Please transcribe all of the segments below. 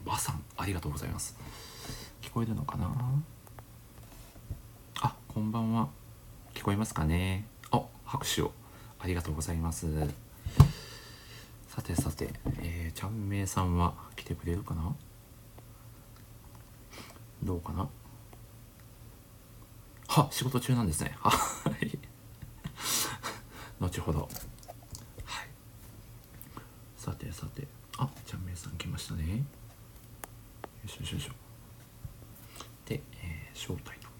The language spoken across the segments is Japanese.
和さん、ありがとうございます。聞こえるのかな。あ、こんばんは。聞こえますかね。あ、拍手をありがとうございます。さてさて、ちゃんめいさんは来てくれるかな。どうかな。は、仕事中なんですね。はい。後ほど。はい。さてさて、あ、ちゃんめいさん来ましたね。よいしょよいしょよいしょ。で、招待と。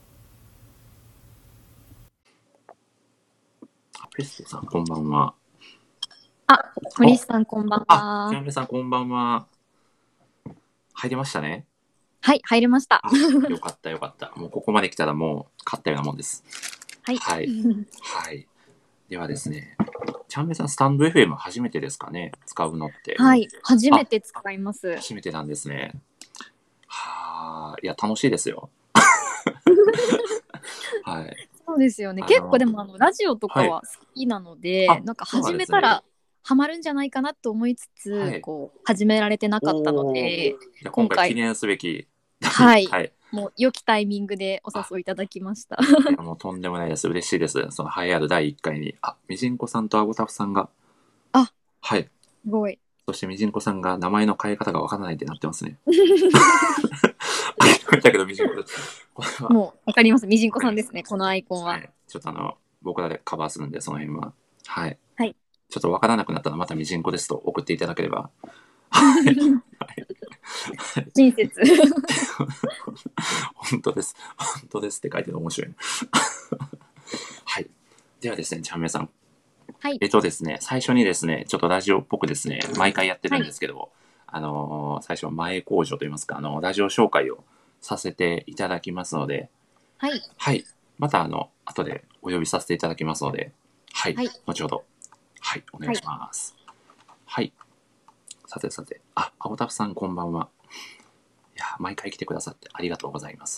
ペストさん、こんばんは。 あ、森さんこんばんあ、ちゃは。 んめいさん、こんばんは。入りましたね。 はい、入れました。 あ、よかったよかった。もうここまで来たらもう勝ったようなもんです。 はい。 はい。はい。ではですね、ちゃんめいさん、スタンド FM 初めてですかね、使うのって。 はい、初めあ、 て使います。 初めてなんですね。はあ、いや、楽しいですよ。はい。 そうですよね。結構でもラジオとはい。 かは好きなので、 あ、 なんかそうなん始ですね。 めたらハマるんじゃないかなと思いつつ、 はい。 こう始められてなかったのおー。 で、 じゃあ今今回、 回記念すべき第1 はい、 回。 もう良きタイミングでおあ、 誘いいただきました。 いや、もうとんでもないです。嬉しいです。その栄えある第1回に。あ、みじんこさんとあごたふさんが。 あ、 はい。 すごい。 そしてみじんこさんが名前の変え方がわからないってなってますね。諦めたけどみじんこです。これは、 もうわかります。みじんわかります。 こさんですね、このアイコンは。 はい。ちょっと僕らでカバーするんで、その辺は。はい。 はい。 ちょっとわからなくなったらまたみじんこですと送っていただければ。はい。はい。 親切。 本当です。本当ですって書いてるの面白いな。はい。ではですね、ちゃんめいさん。 はい。 ですね、最初にですね、ちょっとラジオっぽくですね、毎回やってるはい。 んですけど、最初は前工場といいますか、ラジオ紹介をさせていただきますので、 はい。 はい。また、後でお呼びさせていただきますので、はい。 はい。 後ほど、はい、お願いしはい。 ます。はい。さてさて、あ、青タフさんこんばんは。いや、毎回来てくださってありがとうございます。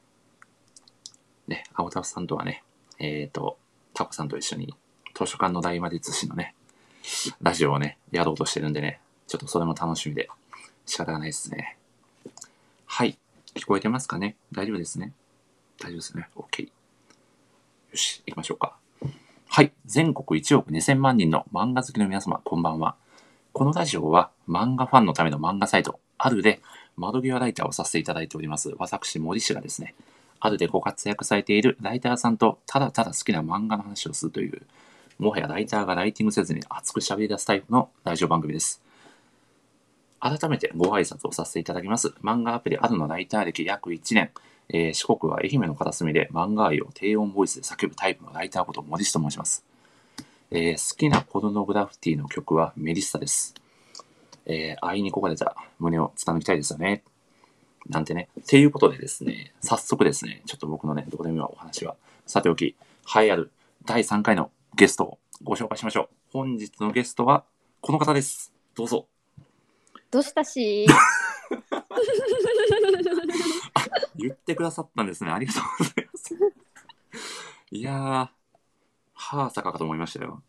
ね、青タフさんとはね、タコさんと一緒に図書館の大魔術師のね、ラジオをね、やろうとしてるんでね、ちょっとそれも楽しみで仕方がないですね。はい。聞こえてますかね。大丈夫ですね。大丈夫ですね。OK。よし、行きましょうか。はい。全国1億2000万人の漫画好きの皆様、こんばんは。このラジオは漫画ファンのための漫画サイト、あるで窓際ライターをさせていただいております。私、森氏がですね、あるでご活躍されているライターさんとただただ好きな漫画の話をするという、もはやライターがライティングせずに熱く喋り出すタイプのラジオ番組です。改めてご挨拶をさせていただきます。漫画アプリあるのライター歴約1年、四国は愛媛の片隅で漫画愛を低音ボイスで叫ぶタイプのライターこと森氏と申します。好きなポルノグラフィティの曲はメリッサです。愛に焦がれた胸を貫きたいですよね。なんてね。っていうことでですね、早速ですね、ちょっと僕のね、どうでもいいお話は、さておき、栄えある第3回のゲストをご紹介しましょう。本日のゲストは、この方です。どうぞ。 どうしたし。 言ってくださったんですね。ありがとうございます。いやー、はあ、坂かと思いましたよ。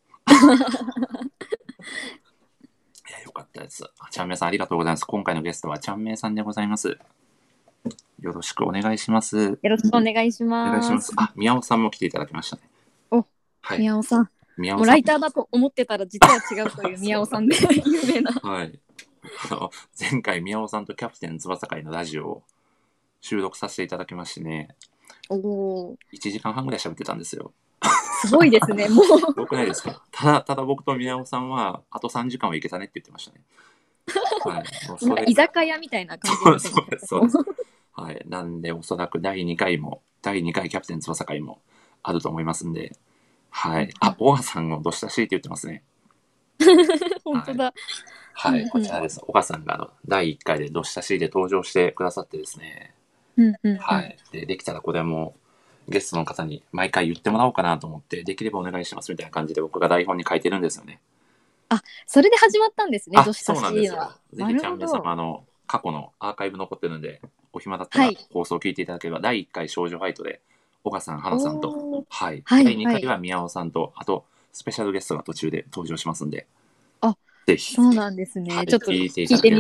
いや、よかったです。ちゃんめいさんありがとうございます。今回のゲストはちゃんめいさんでございます。よろしくお願いします。 よろしくお願いしお願いします。 ます。 あ、宮尾さんも来ていただきましたね。 お、 はい。 宮尾さん。 宮尾さん。 もうライターだと思ってたら実は違うという宮尾さんで有名な。 はい。前回宮尾さんとキャプテン翼会のラジオを収録させていただきましてね、 おお、 1時間半ぐらい喋ってたんですよ。 すごいですね。もうよくないですか。ただ僕と宮尾さんは、あと3時間はいけたねって言ってましたね。はい。もうそれ、 居酒屋みたいな感じになってまそうです、そうです。 す。 はい。なんで、おそらく第2回キャプテン翼会もあると思いますんで、はい。あ、小川さんもどしたしって言ってますね。 本当だ。 はい。こちらです。小川さんが第1回でどしたしで登場してくださってですね。はい。できたらこれもゲストの方に毎回言ってもらおうかなと思って、できればお願いしますみたいな感じで僕が台本に書いてるんですよね。 あ、それで始まったんですね。どあ、 したそうなんですよ。 しは。 ぜひなるちゃんめいさんほど。 過去のアーカイブ残ってるんで、お暇だったらはい。 放送を聞いていただければ、第1回少女ファイトで、小川さん、花さんと、 おお。 はい。 はい第2 はい。 回は宮尾さんと、あと、スペシャルゲストが途中で登場しますんで、 あ、 ぜひ、 そうなんですはい、 ね。ちょっと聞いてい聞いてただければと。 みます。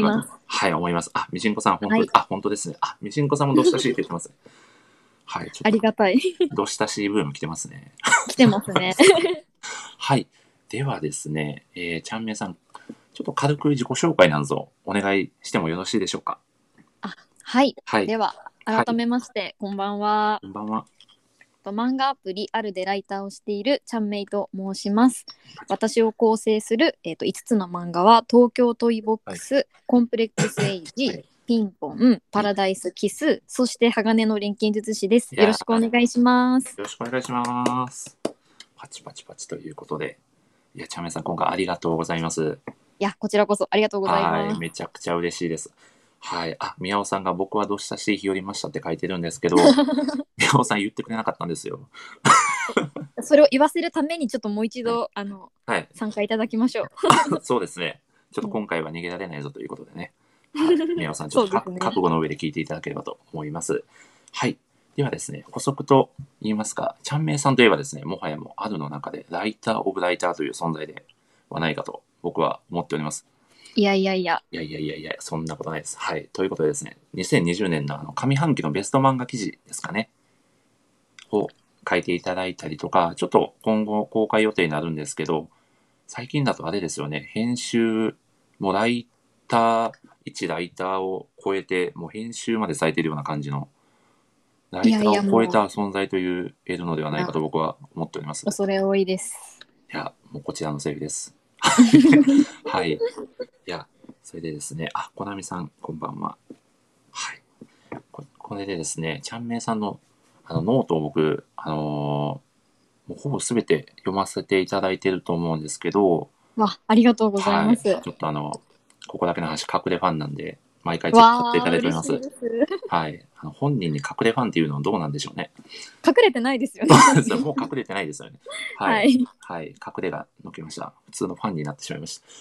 はい、思います。あ、みじんこさん、 はい。 本当ですね。あ、みじんこさんもどしたしいって言ってますね。はい、ちょっと、 ありがたい。 どしたしブーム来てますね。 来てますね。 はい。ではですね、ちゃんめいさん、ちょっと軽く自己紹介なんぞお願いしてもよろしいでしょうか。 あ、はい。 はい。 では、 はい。 改めまして、こんばんは。 こんばんは。 漫画アプリあるでライターをしているちゃんめいと申します。私を構成する、5つの漫画は東京トイボッはい。 クス、コンプレックスエイジ、 はい。 ピンポン、パはい。 ラダイスキス、そして鋼の錬金術師です。 いやー、 よろしくお願いします。 よろしくお願いします。パチパチパチということで。いや、ちゃんめいさん、今回ありがとうございます。 いや、こちらこそありがとうございはい。 ます。 めちゃくちゃ嬉しいです。はい。あ、宮尾さんが僕はどうしたし日和ましたって書いてるんですけど、宮尾さん言ってくれなかったんですよ。 それを言わせるためにちょっともう一はい。 度はい。 参加いただきましょう。 そうですね。ちょっとうん、 今回は逃げられないぞということでね。はい。宮尾さん、ちょっとそうですね。 覚悟の上で聞いていただければと思います。はい。ではですね、補足と言いますか、ちゃんめいさんといえばですね、もはやもうあるの中で、ライター・オブ・ライターという存在ではないかと僕は思っております。 いやいやいや。 いやいやいやいや、そんなことないです。はい。ということでですね、2020年の上半期のベスト漫画記事ですかね、を書いていただいたりとか、ちょっと今後公開予定になるんですけど、最近だとあれですよね、編集、もうライター、一ライターを超えて、もう編集までされているような感じの、ライターいやいや、もう、 を超えた存在というえるのではないかいや、 と僕は思っております。い恐れ多いです。 や、もうこちらのせいです。はい。いや、それでですね、あ、コナミさん、こんばんは。はい。これでですね、ちゃんめいさんのノートを僕、もうほぼすべて読ませていただいていると思うんですけど、 わ、ありがとうございはい。 ます。 ちょっとここだけの話、隠れファンなんで、毎回チェックさせていわあ、 ただいております。 嬉しいです。 はい。本人に隠れファンっていうのはどうなんでしょうね。 隠れてないですよね、 そうですね。 本人。 もう隠れてないですよね。はい。 はい。 はい。隠れが抜けました。普通のファンになってしまいました。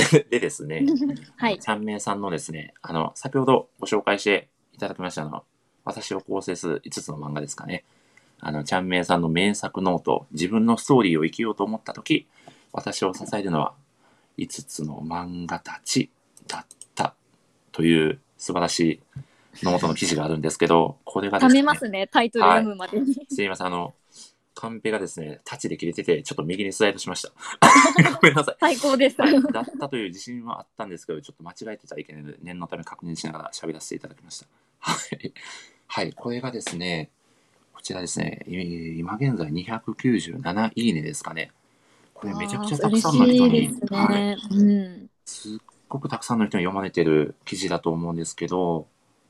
でですね、 はい。 ちゃんめいさんのですね、先ほどご紹介していただきました私を構成する5つの漫画ですかね。ちゃんめいさんの名作ノート、自分のストーリーを生きようと思ったとき、私を支えるのは5つの漫画たちだったという素晴らしいノートの記事があるんですけど、これがで貯すね、 めますね、タイトルはい。 読むまでに。 すいません、カンペがですね、タッチで切れてて、ちょっと右にスライドしました。ごめんなさい。 最高です。 はい。だったという自信はあったんですけど、ちょっと間違えてたらいけないので、念のため確認しながら喋らせていただきました。はい。はい。これがですね、こちらですね、今現在297いいねですかね。これめちゃくわあ、 ちゃたく嬉さんの人しいですに、はい。 ね。うん。 すっごくたくさんの人に読まれてる記事だと思うんですけど、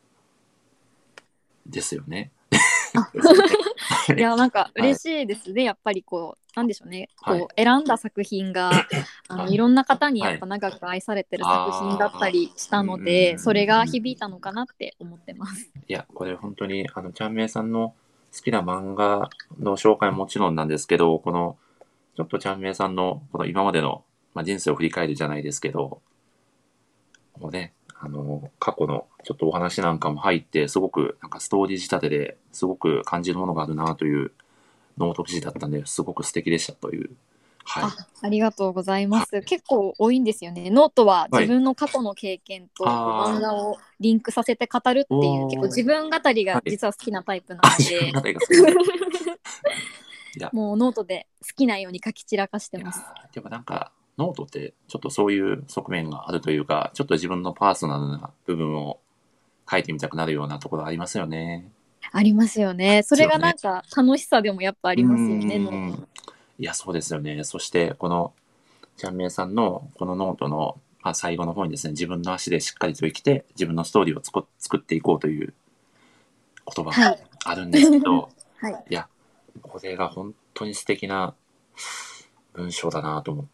ですよね。 あ、 ですよね。はいい。 や、なんかはい。 嬉しいですね。やっぱりこう、なんでしょうね。 はい。 こう、選んだ作品が、いはい。 ろんな方にやはい。 っぱ長く愛されてる作品だったああ、 りしたうんうんうんので、それがうんうん。 響いたのかなって思ってます。 いや、これ本当に、ちゃんめいさんの好きな漫画の紹介ももちろんなんですけど、ちょっとちゃんめいさんの、この今までの、まあ、人生を振り返るじゃないですけど、こうね、過去のちょっとお話なんかも入って、すごくなんかストーリー仕立てですごく感じるものがあるなというノート記事だったんで、すごく素敵でしたという。はい。 ありがとうございます。 はい。 結構多いんですよね。ノートははい。 自分の過去の経験とこう漫あ画をリンクさせて語るー、 っていう結構自おー、 分語りはい。 が実は好きなタイプなあ、 ので、 自分語りが好きなんです。いや、 もうノートで好きなように書き散らかしていやます。 でもなんか、ノートってちょっとそういう側面があるというか、ちょっと自分のパーソナルな部分を書いてみたくなるようなところありますよね。 ありますよね。それがなですよね。 んか楽しさでもやっぱあうーりますよね、ノート。 ん。いや、そうですよね。そして、この、ちゃんめいさんのこのノートの、まあ、最後の方にですね、自分の足でしっかりと生きて、自分のストーリーを作っていこうという言葉がはい。 あるんですけど、 はい。 いや、これが本当に素敵な文章だなと思って、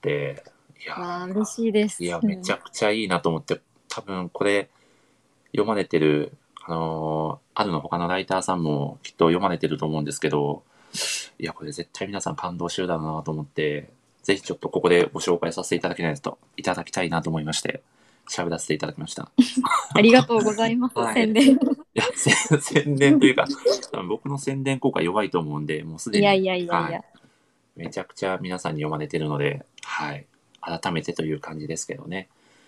いや、 わあ、嬉しいです。 いや、めちゃくちゃいいなと思って、多分これ読まれてる、あるの他のライターさんもきっと読まれてると思うんですけど、いや、これ絶対皆さん感動してるだろうなと思って、ぜひちょっとここでご紹介させていただきたいなと思いまして、喋らせていただきました。 ありがとうございます。 はい。 宣伝。 いや、宣伝というか、多分僕の宣伝効果弱いと思うんで、もうすでに、 いやいやいやいはい。 や。 めちゃくちゃ皆さんに読まれてるので、はい。改めてという感じですけどね。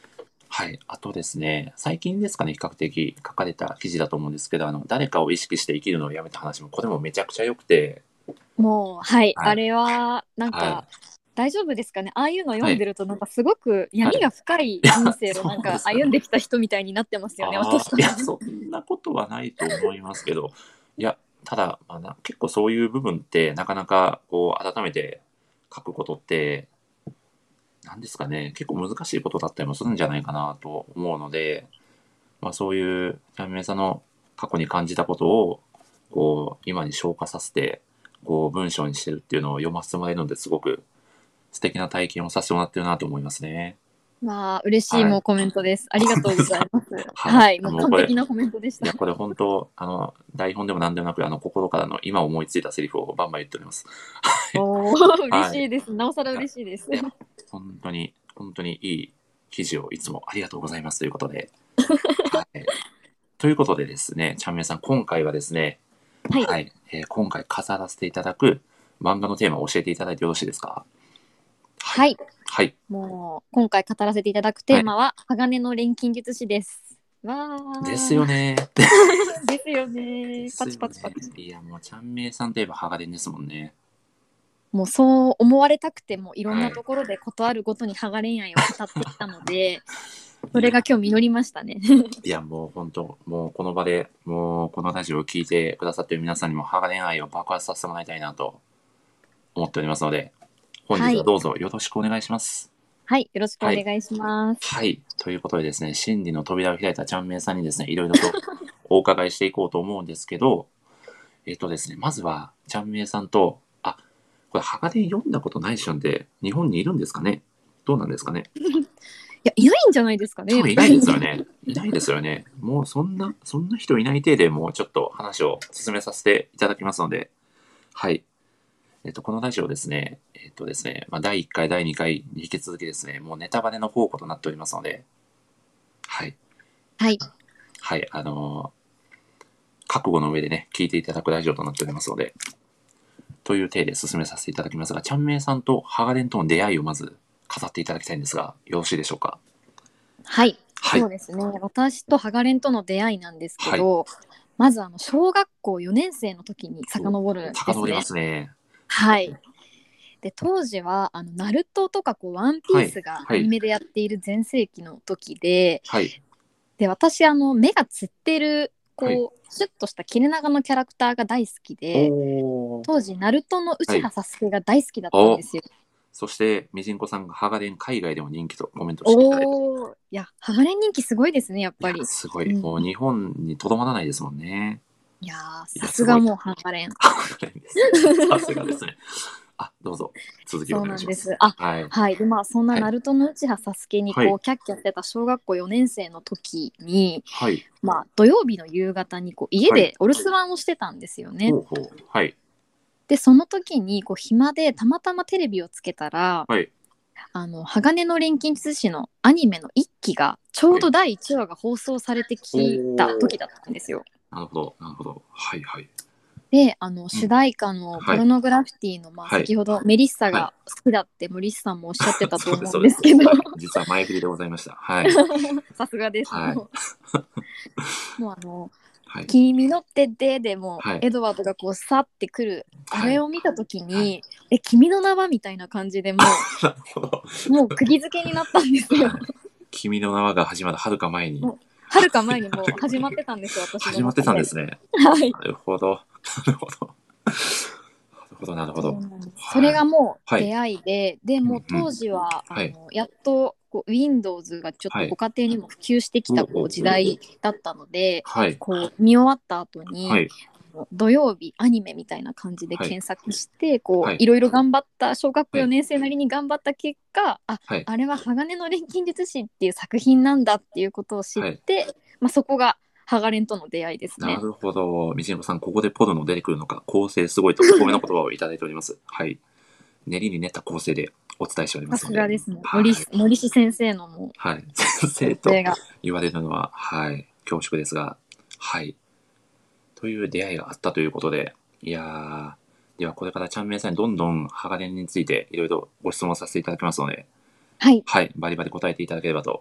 はい。あとですね、最近ですかね、比較的書かれた記事だと思うんですけど、誰かを意識して生きるのをやめた話も、これもめちゃくちゃ良くて、 もう、はい、 はい。 あれは、なんはい。 か、大丈夫ですかね。ああいうのはい。 読んでると、なんかすごく闇はい。 が深いいや、 人生をなんそうですかね。 か歩んできた人みたいになってますよね、 ああ、いや、 私たち。 そんなことはないと思いますけど、いや、ただ、結構そういう部分って、なかなか、こう、改めて書くことって、なんですかね、結構難しいことだったりもするんじゃないかなと思うので、そういうキャンメイさんの過去に感じたことを、こう、今に消化させて、こう、文章にしてるっていうのを読ませてもらえるのですごく素敵な体験をさせてもらってるなと思いますね。 まあ、嬉しいはい。 もうコメントです。ありがとうご本当ですか？ ざいます。 はい。 はい、もうもうこれ、 完璧なコメントでした。 いや、これ本当、台本でも何でもなく、心からの今思いついたセリフをバンバン言っております。はい。 おー、嬉はい。 しいです。なおさらいや、 嬉しいです。 いや、本当に、本当にいい記事をいつもありがとうございますということで。はい。ということでですね、ちゃんめいさん、今回はですね、 はい。 はい、今回飾らせていただく漫画のテーマを教えていただいてよろしいですか？はい。 はい。 はい。 もう、今回語らせていただくはい。 テーマは、鋼の錬金術師です。わですよー。 ね。 ですよでね。パすよね。 チパチパチ。 いや、もう、ちゃんめいさんといえばハガレンですもんね。 もうそう思われたくてもいろんはい。 なところでことあるごとにハガ恋愛を語ってきたので、そいや、 れが今日実りましたね。 いや、もう本当、もうこの場で、もうこのラジオを聞いてくださっている皆さんにもハガレン愛を爆発させてもらいたいなと思っておりますので、本はい。 日はどうぞよろしくお願いします。 はい。よろしくおはい。 願いします。 はい。ということでですね、真理の扉を開いたちゃんめいさんにですね、いろいろとお伺いしていこうと思うんですけど、ですね、まずは、ちゃんめいさんと、これ、鋼読んだことない人って日本にいるんですかね？どうなんですかね？ いや、いないんじゃないですかね、やっぱり。 多分いないですよね。いないですよね。もうそんな人いない体でもうちょっと話を進めさせていただきますので、はい。このラジオですね、ですね、第1回、第2回に引き続きですね、もうネタバレの宝庫となっておりますので、はい。 はい。 はい。覚悟の上でね、聞いていただくラジオとなっておりますので、という体で進めさせていただきますが、ちゃんめいさんとハガレンとの出会いをまず語っていただきたいんですが、よろしいでしょうか？ はい。 はい。 そうですね。私とハガレンとの出会いなんですけはい。 ど、まず小学校4年生の時に遡るんですね。 遡りますね。 はい。で、当時はナルトとかワンピはい。 ースがはい。 アニメでやっている全盛期の時で、 はい。 私目がつってるはい。 シュッとした切れ長のキャラクターが大好きで、 おー。 当時ナルトのはい。 内葉サスケが大好きだったんお、 ですよ。 そして、みじんこさんがハガレン海外でも人気とコメントしていただいて。 おー、いや、ハガレン人気すごいですね、やっいや、 ぱり。 すごい。 うん。 もう日本にとどまらないですもんね。 いやー、 いや、すごい。 さすがもうハガレン。 ハガレンです。さすがですね。どうぞ、続きおそう願いします。 なんです。あ、 はい。 はい。で、そんなはい。 ナルトの内葉サスケにはい。 キャッキャしてた小学校4年生の時に、 はい。 土曜日の夕方に家はい。 でお留守番をしてたんですよね。 ほうほう。はい。 で、その時に暇でたまたまテレビをつけたら、 はい。 鋼の錬金術師のアニメの一期がちょうはい。 ど第1話が放送されておきたー。 時だったんですよ。 なるほど。なるほど。はい。はい。 で、主うん。 題歌のはい。 ポルノグラフィティの、 はい。 先ほどメリッサはい。 が好きだって森氏さんもおっしゃってたとそうです、 思うそうです。 んですけど、 はい。実は前振りでございました。はい。 さすがです。 はい。 もうはい。 君の手でもはい。 エドワードが去ってくるあはい。 れを見た時はい。 に君の名はみたいな感じでなるほど。 もう釘付けになったんですよ。 はい。君の名はが始まるはるか前に、 もうはるか前にもう始まってたんですよ、私の始まってたんで中で。 すね。 はい。 なるほど。なるほど。なるほど、なるほそうど。 なんです。それはい。 がもうはい。 出会いでもう当うんうん。 時ははい。 やっとWindows がちょっとごはい。 家庭にも普及してきたほうほうほう。 時代だったので、 はい。 見終わった後にはい。 土曜日アニメみたいな感じではい。 検索してはい。 いろいろ頑張った小学校はい。 4年生なりに頑張った結果、 はい。 あれは鋼の錬金術師っていう作品なんだっていうことを知っはい。 て、そこがハガレンとの出会いですね。 なるほど。みじんこさん、ここでポルノ出てくるのか、構成すごいとお褒めの言葉をいただいております。はい。練りに練った構成でお伝えしておりまさすので。 すがですね。 はい。 森氏先生のもうはい。先生と構成が。 言われるのは、はい。恐縮ですが、はい。という出会いがあったということで、いやー、ではこれからちゃんめいさんにどんどん鋼についていろいろご質問させていただきますので、 はい。 はい。バリバリ答えていただければと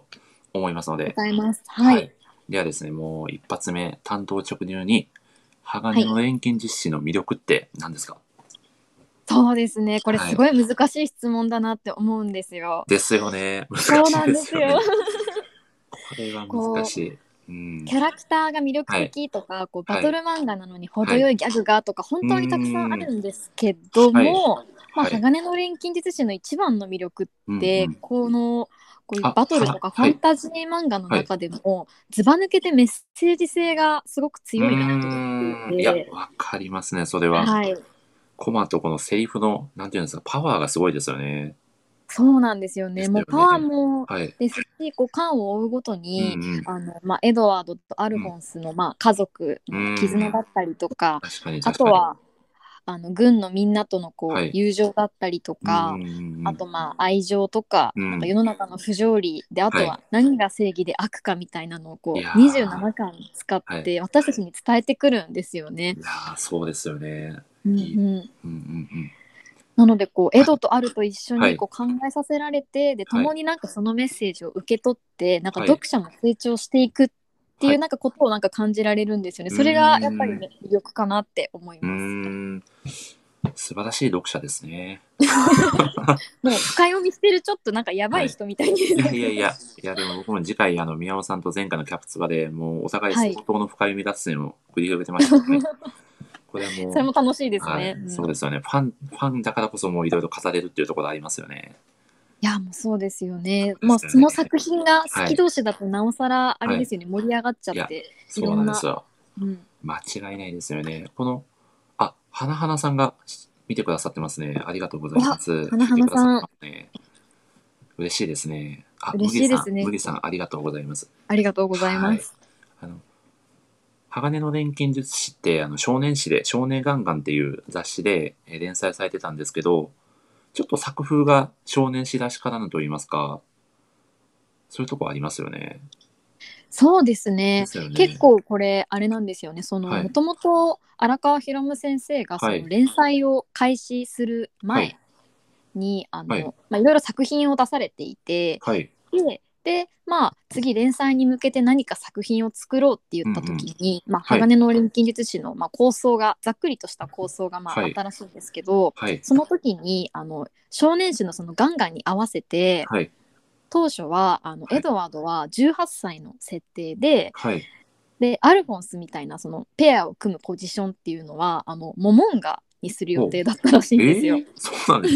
思いますので、 ございます。はい。 はい。ではですね、もう一発目、単刀直入に、 はい。 鋼の錬金術師の魅力って何ですか？ そうですね。これはい。 すごい難しい質問だなって思うんですよ。 ですよね。難そうなしいでんですよ。 すよね。これは難こう、 しい。うん。 キャラクターが魅力はい。 的とか、バはい。 トル漫画なのに程はい。 よいギャグがとか、本うー当にたくさんあん。 るんですけどはい。 も、 はい。 鋼の錬金術師の一番の魅力っうんうて、 ん。 こういうバトルとかフはい。 ァンタジー漫画のはい。 中でも、ずば抜けてメッセージ性がすごくうー強いなと思っていん。いや、 て、 わかりますね、それは。 はい。 コマとこのセリフの、なんていうんですか、パワーがすごいですよね。 そうなんですよね。 ですもうパワーよね。 もはい。 ですし、巻を追うごとうんに、 うん。 エドワードとアルフうん。 ォンスの、家族うの絆ん。 だったりとか、 確かに確かに。 あとは、軍のみんなとのはい。 友情だったりとうんうんか、あと愛情とか、 うんうん。うん。 世の中の不条理で、あはい。 とは何が正義で悪かみたいなのをいやー、 27巻使っはい。 て私たちに伝えてくるんですよね。 いやー、そうですよね。 うんいい。 うん。 うんうんうん。 なのでエはい。 ドとアルと一緒はい。 に考えさせられて、ではい。 共にそのメッセージを受け取ってはい。 読者も成長していくっていうはい。 ことを感じられるんですよね。 うそれがやっぱりーん。 ね魅力かなって思いうーます。 ん。素晴らしい読者ですね。 もう深読みしてるちょっとやばいはい。 人みたいにいやいやいや、いやでも僕も次回宮尾さんと前回のキャプツバでもうお互いはい。 相当の深読み脱線を繰り広げてましたからね。これはそれもも楽しいでう、はい、 すね。うん。 そうですよね。ファンだからこそもういろいろ語れるっていうところありますよね。 いや、もうそうですよね。 そうですよね。 その作品が好はい。 き同士だとなおさらあれはい。 ですよね。盛り上がっちゃいや、 っていそうろんな、 なんですよ。 うん、 間違いないですよね。花々さんが見てくださってますね。ありがとうございまわ、 す。 花聞いてくださって花さんますね。嬉しいですね。 嬉しいですね。 麦さんありがとうございます。 ありがとうございはい。 ます。 あの、鋼の錬金術師って、少年誌で、少年ガンガンっていう雑誌で連載されてたんですけど、ちょっと作風が少年誌らしからぬと言いますか、そういうとこありますよね。 そうですでね。 すよね。 結構これあれなんですよね。 はい。 もともと荒川博夢先生がはい。 連載を開始する前はい。 にはい。 いろいろ作品を出されていて、 はい。 次連載に向けて何か作品を作ろうって言ったうんうん。 時に、 はい。 鋼の錬金術師の、構想がざっくりとした構想がはい。 あったらしいんですけど、 はい。 その時に少年誌のそのガンガンに合わせて、 はい。 当初はエはい。 ドワードは18歳の設定で、 はい。 アルフォンスみたいなそのペアを組むポジションっていうのはモモンガにする予ほう。 定だったらしいんですよ。 そうなんです。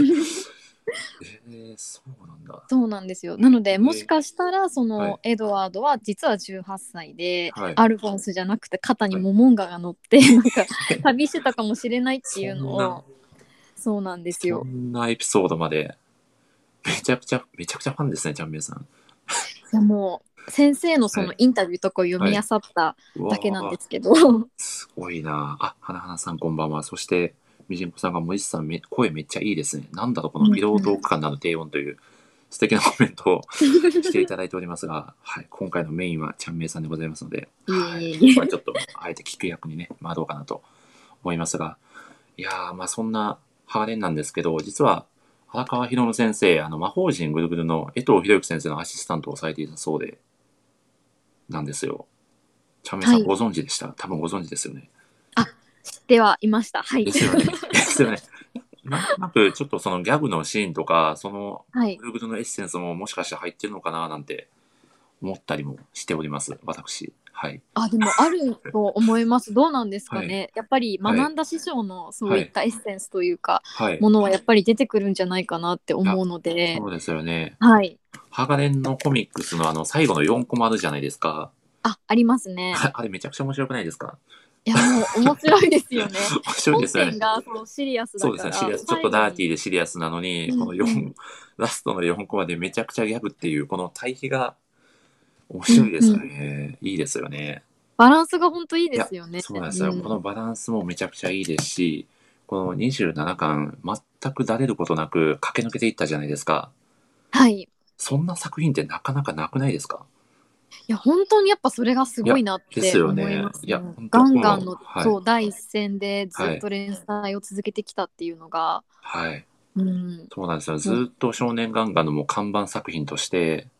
そうなんだ。 そうなんですよ。なのでもしえー、 かしたらそはい。 のエドワードは実は18歳ではい。 アルフォンスじゃなくて肩にはい。 モモンガが乗って旅してたかもしれないっていうのそんな、 を、そうなんですよ。 エピソードまで、めちゃくちゃファンですね、ちゃんめいさん。 いやもう先生のそはい。 のインタビューとかを読み漁はい。 ったうだけなんでわー、 すけどすごいな。花々さんこんばんは。そして、みじんこさんが、森さん声めっちゃいいですね。なんだろう、このうんピロートーうんク感なの低音という素敵なコメントをしていただいておりますが、はい。今回のメインはちゃんめいさんでございますので、 いえはい。 いえいえ。 ちょっと、あえて聞く役にね、回ろうかなと思いますが、いやー、そんなハーレンなんですけど、実は、荒川博先生、魔法陣ぐるぐるの江藤博之先生のアシスタントをされていたそうで、なんですよ。ちゃんめいはい。 さんご存知でした？多分ご存知ですよね。 あ、知ってはいました。はい。 ですよね。ですよね。なんとなく、ちょっとそのギャグのシーンとか、そのはい。 ぐるぐるのエッセンスももしかして入ってるのかななんて思ったりもしております。私。はい。 あ、でもあると思います。どうなんですはい。 かね。やっぱりはい。 学んだ師匠のそうはい。 いったエッセンスというか、 はい。いものはやっぱり出てくるんじゃないかなってや、 思うので、 そうですよね。 はい。 ハガレンのコミックスの最後の4コマあるじゃないですか。 あ、ありますね。 あれめちゃくちゃ面白くないですか？ いや、もう面白いですよね。 面白い本ですよね。 編がそうシリアスそうですね。シだから、 リアス、ちょっと最後に、 ダーティーでシリアスなのに、 うこの4、 んうん、 ラストの4コマでめちゃくちゃギャグっていう、この対比が面う白いですよんうん。 ね。いいですよね。 バランスが本当いいいや、 ですよね。 そうなんですよ。このうん。 バランスもめちゃくちゃいいですし、この27巻、全くだれることなく駆け抜けていったじゃないですか。 はい。 そんな作品ってなかなかなくないですか？ いや、本当にやっぱそれがすいや、 ごいなっですて思いよね。いや、 ますね。 本当ガンこの、 ガンの、 はい、 そう、第一線でずはい、 っと連載を続けてきたっていうのが、 はい。 うん、 そうなんですよ。 もう、 ずっと少年ガンガンのもう看板作品として、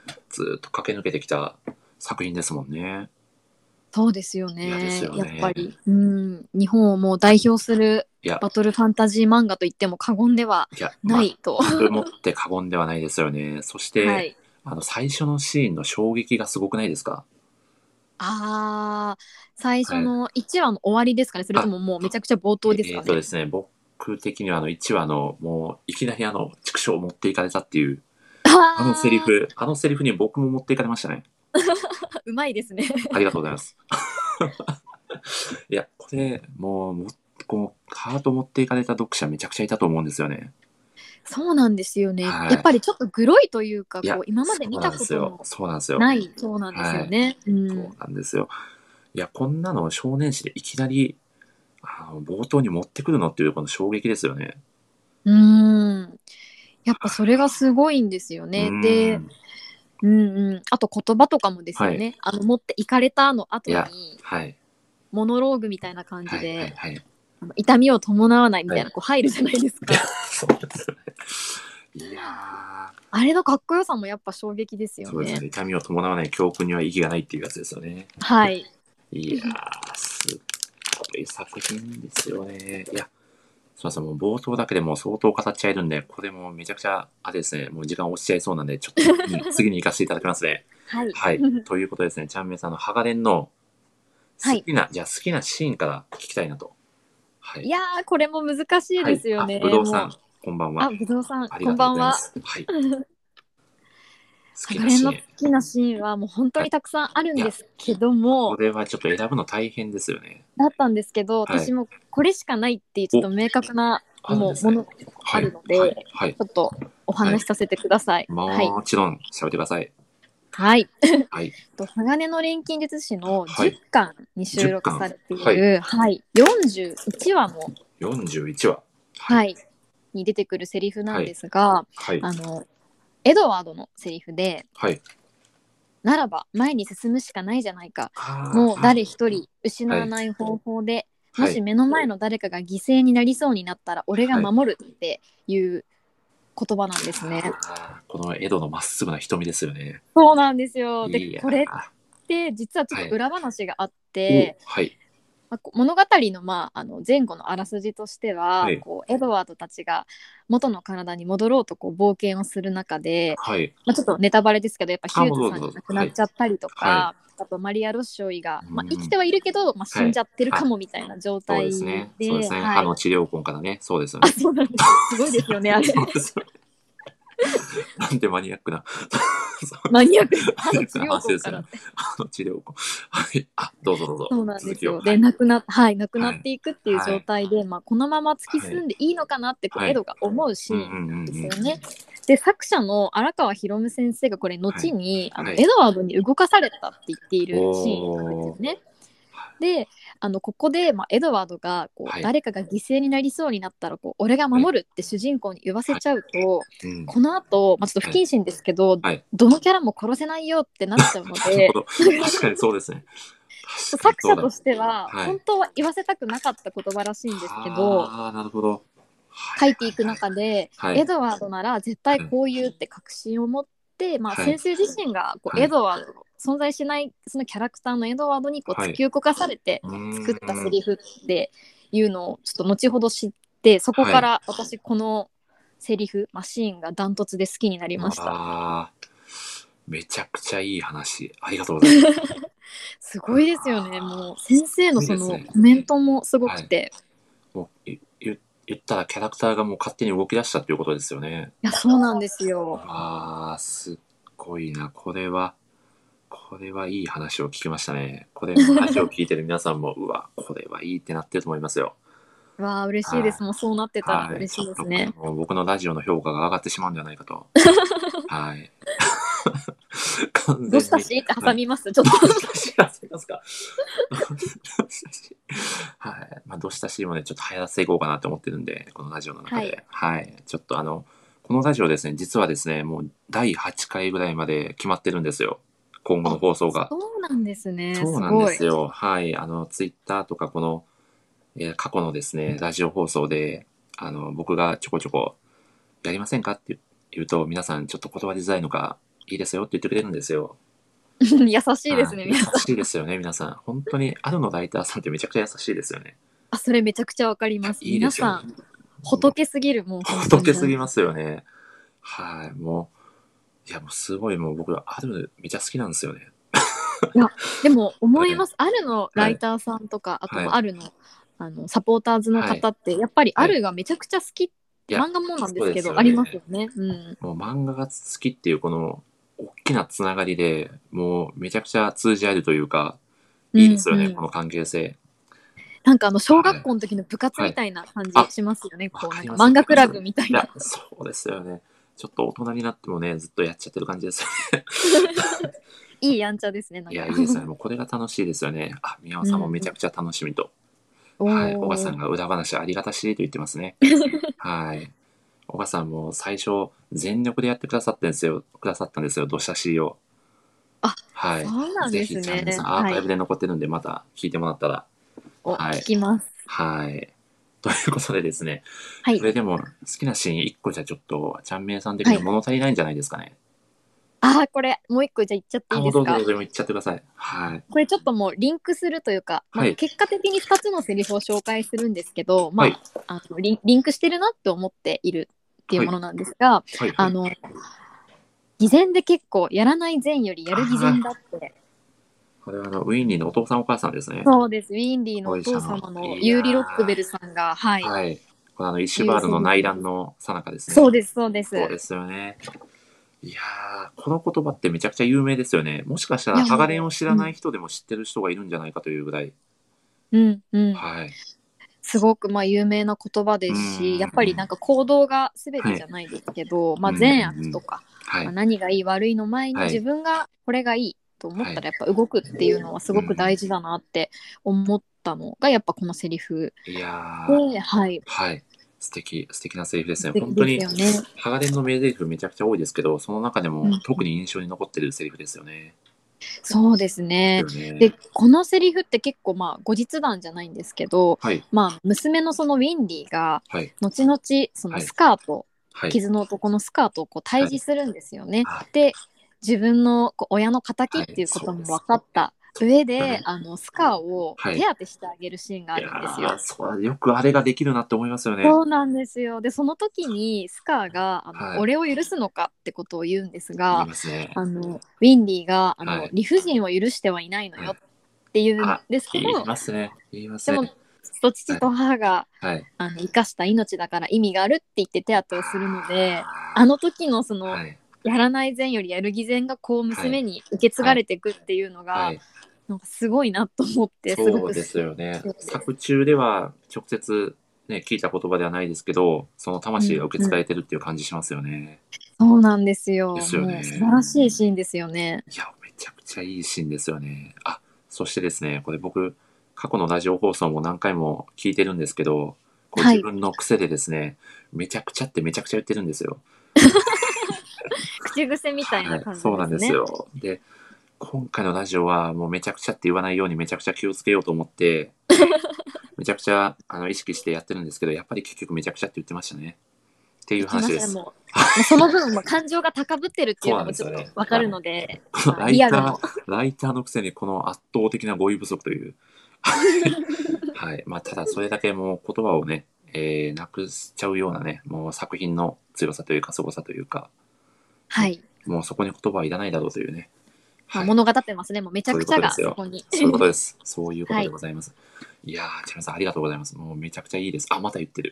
ずっと駆け抜けてきた作品ですもんね。 そうですよいやですね。 よね。 やっぱり、日本をもう代表するいや、 バトルファンタジー漫画と言っても過言ではいや、 ないと。 全くもって過言ではないですよね。そしはて、 い。 最初のシーンの衝撃がすごくないですか？ ああ、最初はい。 の1話の終わりですかね。それとあ、 ももうめちゃくちゃ冒頭ですかね。 ですね、僕的には1話の、もういきなり畜生を持っていかれたっていう、 ああのセリフに僕も持っていかれましたね。 あ、うまいですね。 ありがとうございます。いや、これ、こう、ハート持っていかれた読者めちゃくちゃいたと思うんですよね。 そうなんですよね。やはい。 っぱりちょっとグロいというか、 いや、 今までそう見たなんですよ。 ことのそうなんですよ。 ない、そうなんですはい。 よね。うん。 そうなんですよ。いや、こんなの少年誌でいきなり、冒頭に持ってくるのっていうこの衝撃ですよね。 うーん。やっぱそれがすごいんですようーね。で、 ん。 あと言葉とかもですはい。 よね。持っていかれたのいや、 後に、 はい。 モノローグみたいな感じはい、はい、 で、 はい。 痛みを伴わないみはい。 たいな、こう入るじゃないですいや、 か。 そうですよね。いやー、 あれのかっこよさもやっぱ衝撃ですよね。 そうですね。痛みを伴わない教訓には意義がないっていうやつですよね。 はい。 いやー、すっごい作品ですよね。いや、すみません、もう冒頭だけでもう相当語っちゃえるんで、これもめちゃくちゃ、あれですね、もう時間落ちちゃいそうなんで、ちょっと次に行かせていただきますね。 はい。 はい。ということでですね、ちゃんめいさんのハガレンのはい。 じゃあ好きなシーンから聞きたいなと。はい。 いやー、これも難しいはい。 ですよぶどね。もう、 うさん、こんばんは。 ぶどうさん、 ありがこんばんは。 とうございます。はい。好ハガレンの好きなシーン。 きなシーンはもう本当はい。 にたくさんあるいや、 んですけども、 これはちょっと選ぶの大変ですよね。 だったんですけど、 はい。 私もこれしかないっていうちょっお、 と明確なあるんですね。 ものあはい。 るのはい。 で、 はい。 ちょっとおはい。 話しさせてください。はい。 もちろん、喋ってください。 はい。 はい。 鋼の錬金術師の10 はい。 巻に収 10巻。 録されていはい。 る、はい、41話の、 41話。はい。 はい、に出てくるセリフなんではい。 すが、 はい。 エドワードのセリフで、 はい。 ならば前に進むしかないじゃないか。 ああ、 もう誰一人失はい。 わない方法で、もはい。 し目の前の誰かが犠牲になりそうになったら俺がはい。 守るっていう言葉なんですね。 この江戸のまっすぐな瞳ですよね。 そうなんですよ。で、 いやこれって実はちょっはい。 と裏話があっお、 て、 はい。 物語の、前後のあらすじとしてははい。 こうエドワードたちが元の体に戻ろうとこう冒険をする中で、 はい。 ちょっとネタバレですけどやっぱヒューズさんがもうどうぞ。はい。 亡くなっちゃったりとはい。 か、あとマリア・ロッショイが、 うん。 生きてはいるけど、死はい。 んじゃってるかあ、 もみたいな状そうです態ね。そうでで、 すね。 はい。 歯の治療痕からね。そうですよね。 そうなんです。すごいですよね、あれ。 そうですよね。なんてマニアックな。そうマニアックです。 マニアックな歯の治療話ですよね。 痕からって。 歯の治療痕。はい。あ、どうぞどうぞ。 そうなんで続きを。 すよ。で、 はい。 亡くなはい。 っていくっていう状はい。 態で、このまま突きはい。 進んでいいのかなってこうはい。 エドが思うシうんうんーンなんですうんうん。 よね。で、作者の荒川博夢先生がこれはい。 後にはい。 エドワードに動かされたって言っているシーンなんですおー。 よね。で、ここで、エドワードがこうはい。 誰かが犠牲になりそうになったらこう俺がはい。 守るって主人公に言わせはい。 ちゃうと、 うん。 この後、ちょっと不はい。 謹慎ですけど、 はい。 どのキャラも殺せないよってなっちゃうので、 なるほど。確かにそうですね。確かにそうだ。 作者としてははい。 本当は言わせたくなかった言葉らしいんですけど、 はあ、なるほど。はい書いていくはいはい。 中ではい。 エドワードなら絶対はい。 こう言うって確信を持って、 はい。 先生自身がこうはい。 エドワード存在しないそのキャラクターのエドワードにこうはい。 突き動かされてう作ったセーん。 リフっていうのをちょっと後ほど知って、そこはい。 から私このセリフ、シーンがダントツで好きになりました。 わあ、めちゃくちゃいい話。ありがとうございます。 すごいですよね。もう先生のすごいそですね。 のコメントもすごはい。 くて、 もう、言ったらキャラクターがもう勝手に動き出したっていうことですよね。 いやそうなんですよ。 ああ、すっごいな。これはいい話を聞きましたね。これ、ラジオ聞いてる皆さんも、うわ、これはいいってなってると思いますよ。 わあ嬉しいです。 はい。 もうそうなってたらはい。 嬉ちょっと、 しいですね。 僕のラジオの評価が上がってしまうんじゃないかと。はい。完どう全に。 したしってはい。 挟みますちょっどと。 うしたしやせますか？どうしたし。はい。どうしたしもね、ちょっと流行らせていこうかなと思ってるんで、このラジオの中はい。 で。はい。ちょっとこのラジオですね、実はですね、もう第8回ぐらいまで決まってるんですよ。今後のあ、 放送が。 そうなんですね。 そうなんですごい。 すよ。はい。ツイッターとか過去のですね、ラジオ放送で、僕がちょこちょこやりませんかって言うと、皆さんちょっと断りづらいのか、 いいですよって言ってくれるんですよ。 優しいですね、 はい、優皆さん。 しいですよね、皆さん。本当に、あるのライターさんってめちゃくちゃ優しいですよね。 あ、それめちゃくちゃわかりいや、 ます。 いいですよね。 皆さん、仏すぎる、もう本当に。 仏すぎますよね。はい、もう、いや、もうすごい、もう僕、あるめちゃ好きなんですよね。 いや、でも思はい、 います。あるのラはい、 イターさんとか、あとはい、 あるの、サポーターズのはい、 方って、やっぱりあはい。 るがめちゃくちゃ好き、 いや、 漫画もなんでそうですすけど、ありますよね。 よね。うん。 もう漫画が好きっていうこの大きなつながりでもうめちゃくちゃ通じ合えるというか、 うん、 いいですよね、こうん。 の関係性。 なんか小はい。 学校の時の部活はい。 みたいな感じあ、 しますよね。こう、なんかわかります、 漫画クラわかります。 ブみたいな。 いや、そうですよね。ちょっと大人になってもね、ずっとやっちゃってる感じですよね。 いいやんちゃですね、ないや、 んか。 いいですよね。もうこれが楽しいですよね。あ、宮尾うん、 さんもめうん。 ちゃくちゃ楽しみと。はい。小川さおー。 んが裏話ありがたしと言ってますね。はい。小川さんも最初全力でやってくださったんですよ、土写 C を。 あ、 はい。 そうなんぜひ、じゃあですね。 皆さんアーはい。 カイブで残ってるんで、また聞いてもらったら。 お、聞はい。 きます。 はい。ということでですね、 はい。 これでも好きなシーン1個じゃちょっと、ちゃんめいさん的はい。 には物足りないんじゃないですかね。 これ、もう一個じゃあ言っちゃっていあ、 いですか？ もうどうぞどうぞ、言っちゃってください。はい。 これちょっともうリンクするというか、 はい。 結果的に2つのセリフを紹介するんですけど、 はい。 リンクしてるなって思っているっていうはい。 ものなんですが、 はい。はい。 あの、偽善で結構やらない善よりやる偽善だああ、 って。 これはウィンリーのお父さんお母さんですね。 そうです。ウィンリーのお当事者の。 父様のいやユーリ・ロックベルー、 さんが、はい、 はい。これイシュバール言うセの内乱リフです。 の最中ですね。 そうです、そうです。 そうですよね。いやー、この言葉ってめちゃくちゃ有名ですよね。もしかしたいや、 ら、ハガレンをもう、 知らない人でも知ってる人がいるんじゃないかというぐらい。 うん、うん。 はい。 すごく有名な言葉うですし、やーっぱりなんん。 か行動が全てじはい。 ゃないですけど、 うんうん善悪うん。 とか、 はい。 何がいい悪いの前に自はい。 分がこれがいいと思っはい。 たらやっぱ動くっていうのはすごく大うんうん。 事だなって思ったのがやっぱこのセリフいやー、 で、はい、 はい。素敵なセリフですね。 素敵本当に、 ですよね。 ハガレンの名台詞めちゃくちゃ多いですけど、その中でうん、 も特に印象に残ってるセリフですよね。 そうですですね。で、 よね。 このセリフって結構後日談じゃないんですけど、 はい。 娘のそのウィンディがはい。 後々そのはい。 スカート、 はい。 傷の男のスカートをこうはい。 退治するんですよね。 あ、 で、自分の親の敵はい。 っていうことそうですも分かった上で、 よね。 スカーをはい。 手当てしてあげるシーンがあいやるんですよ。 ー、よくあれができるなって思いますよね。 そうなんですよ。で、その時にスカーがはい。 俺を許すのかってことを言うんです言いが、 ますね。 ウィンディがはい。 理不尽を許してはいないのよっはい。 て言うんあ、 ですけど、 言いますね。言いますね。 でも父はい。 と母がはい。 生かした命だから意味があるって言って手当てをするので、ああの時のそあ、 のはい。 やらない善よりやる偽善がこうはい。 娘に受け継はい。 がれていくっていうのがはい。 なんかすごいなと思ってすごそうですく好きよね。 です。 作中では直接ね、聞いた言葉ではないですけど、そのうん、 魂が受けうん、 継がれてるっていう感じしますよね。 そうなんですよ。 ですよもう素晴ね。 らしいシーンですよね。 いや、めちゃくちゃいいシーンですよね。あ、そしてですね、これ僕、過去のラジオ放送も何回も聞いてるんですけど、こうはい。 自分の癖でですね、めちゃくちゃってめちゃくちゃ言ってるんですよ。 口癖みたいはい、 な感じそうなんですですね。 よ。で、今回のラジオはもうめちゃくちゃって言わないようにめちゃくちゃ気をつけようと思って、めちゃくちゃ意識してやってるんですけど、やっぱり結局めちゃくちゃって言ってましたね。っていういきましたね。 話です。 その分、感情が高ぶってるっていそううのもちょっなんですよね。 とわかるはい。 ので、 このリアルの。 ライターのくせにこの圧倒的な語彙不足という。はい。まあ、ただそれだけもう言葉をね、なくしちゃうようなね、もう作品の強さというか、凄さというか、ね、 はい。 もうそこに言葉はいらないだろうというね。はい。 物語ってますね。もうめちゃそういうくちゃがことですよ。 そこに。 そういうことです。そういうことではい。 ございます。いやー、チャミさんありがとうございます。もうめちゃくちゃいいです。あ、また言ってる。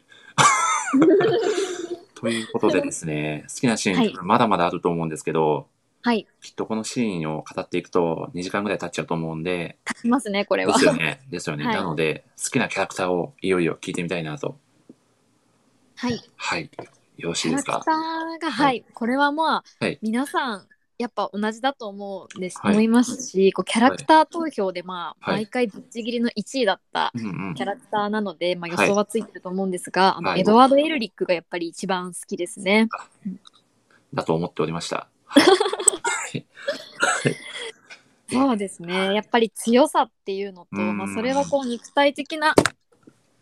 ということでですね、好きなシーンはい。 多分まだまだあると思うんですけど、 はい。 きっとこのシーンを語っていくと2時間ぐらい経っちゃうと思うんで、 立ちますね、これでは。 すよね。ですよね。 はい。 なので、好きなキャラクターをいよいよ聞いてみたいなと。 はい。 はい。よろしキャラクいですか？ ターが、 はい。 はい。これははい。 皆さん、やっぱ同じだと思いはい。 ますし、キャラはい。 クター投票ではい。 毎回ぶっちぎりの1位だったうんうん。 キャラクターなので、予はい。 想はついてると思うんですが、 はい。 エドワード・エルリックがやっぱり一番好きですね。 だと思っておりました。はい。はい。 そうですね。やっぱり強さっていうのうーと、それはん。 こう肉体的な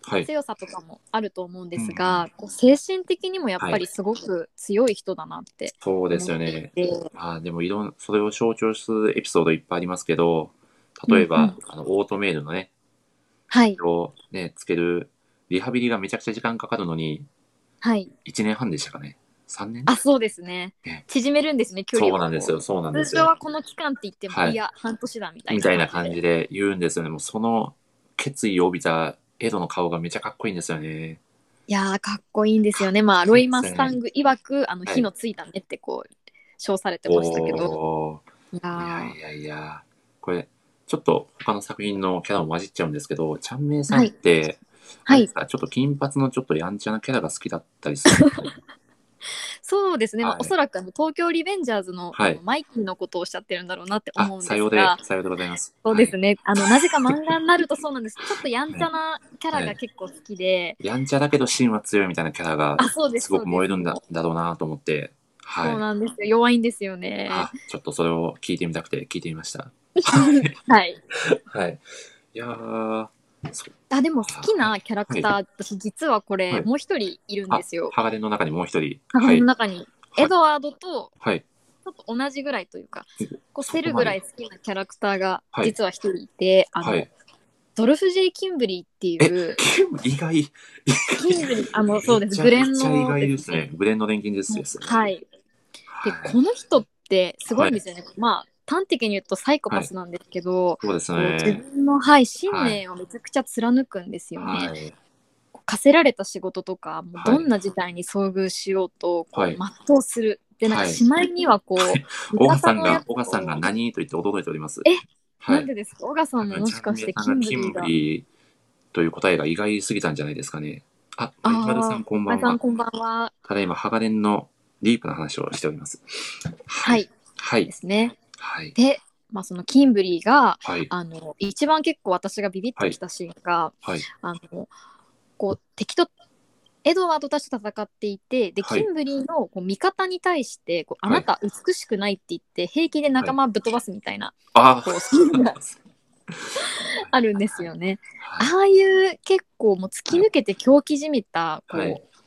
はい。 強さとかもあると思うんですうんうん。 が、こう精神的にもやっはい。 ぱりすごく強い人だなってそうで思っていすよね。 て、 まあ、でもそれを象徴するエピソードいっぱいありますけど、例えば、 うんうん、 オートメールのね、 はい、 をね、つける、リハビリがめちゃくちゃ時間かかるのに、 はい。 1年半でしたかね。3年あ、そうですね。 ね。 縮めるんですね、距離をこう。 そうなんですよ。そうなんで通すよ。 常はこの期間って言っても、 はい。 いや、半年だみたいみなたいな感じ感じで。 で言うんですよね。もうその決意を帯びたエドの顔がめちゃかっこいいんですよね。 いやー、かっこいいんですよね。まあ、 かっこいいロイ・マですね。 スタング曰く、 はい。 火のついたねってこう、称されてましたけど。 おー。 いやー、 いやいやいや。これ、ちょっと他の作品のキャラも混じっちゃうんですけど、ちゃんめいさんっはい、 て、あはい。 れですか、ちょっと金髪のちょっとやんちゃなキャラが好きだったりするんですか？ そうですね。まあ、おはい。 そらく東京リベンジャーズの、 はい。 マイキーのことをおっしゃってるんだろうなってあ、 思うんですが、 さようでございます。はい。 そうですね。なぜか漫画になるとそうなんです。ちょっとやんはい。 ちゃなキャラはい。 が結構好きで、 やんちゃだけど芯は強いみたいなキャラがあ、そうです、 すごくそうです。 燃えるだろうなと思って、はそうい。 なんですよ。弱いんですよね。 ちょっとそれを聞いてみたくて聞いてみました。 はい。 はい。いやー、そっあ、でも好か。はい。 きなキャラクはい。 ター、私実はこれはい。 もう一人いるんですよ。 鋼の中にもう一人。 鋼のはい。 中に。エはい。 ドワードとはい。 ちょっと同じぐらいというか、こうそこまで。 競るぐらい好きなキャラクターがはい。 実は一人いて、 はい。 ドルフ・ジェイ・キンブリーっていえ、 う、 意外。意キンブリー、そうです、 めグレンっちゃ意のですね。 外ですね。ブレンド錬金術ですよね。 はい。で、 はい。 この人ってすごはい。 いんですよね。まあ、端的に言うとサイコはい。 パスなんですけど、 そうですこう自ね。 分の、はい、信はい。 念をめちゃくちゃ貫くんですよね。 はい。 課せられた仕事とか、もうはい。 どんな事態に遭遇しようと、こう、 はい。 全うする。で、なんか、 はい。 しまいには、こう、味方のやつ小賀さんがを、 何と言って驚いております。 え、 はい。 なんでですか？小川さんも多分、 もちゃんしかしてキめいさんがキンブンブリーが。 リーという答えが意外すぎたんじゃないですかね。まゆまるさんああ、まいこんばんは。 さんこんばんは。 ただいま、ハガレンのディープな話をしております。はい。 はい、 はい。 ですね。 はい。 で、まあ、そのキンブリーが、 はい。 一番結構私がビビッはい。 ときたシーンが、 はい。 あの、こう、敵とエドワードたちと戦っていて、で、 はい。 キンブリーのこう味方に対して、こうあはい。 なた美しくないって言って、平気ではい。 仲間ぶっ飛ばすみたいな、 あこう、シーンがあ。 あるんですよね。 はい。 ああいう結構もう突きはい。 抜けて狂気じみた、 はい。 こう、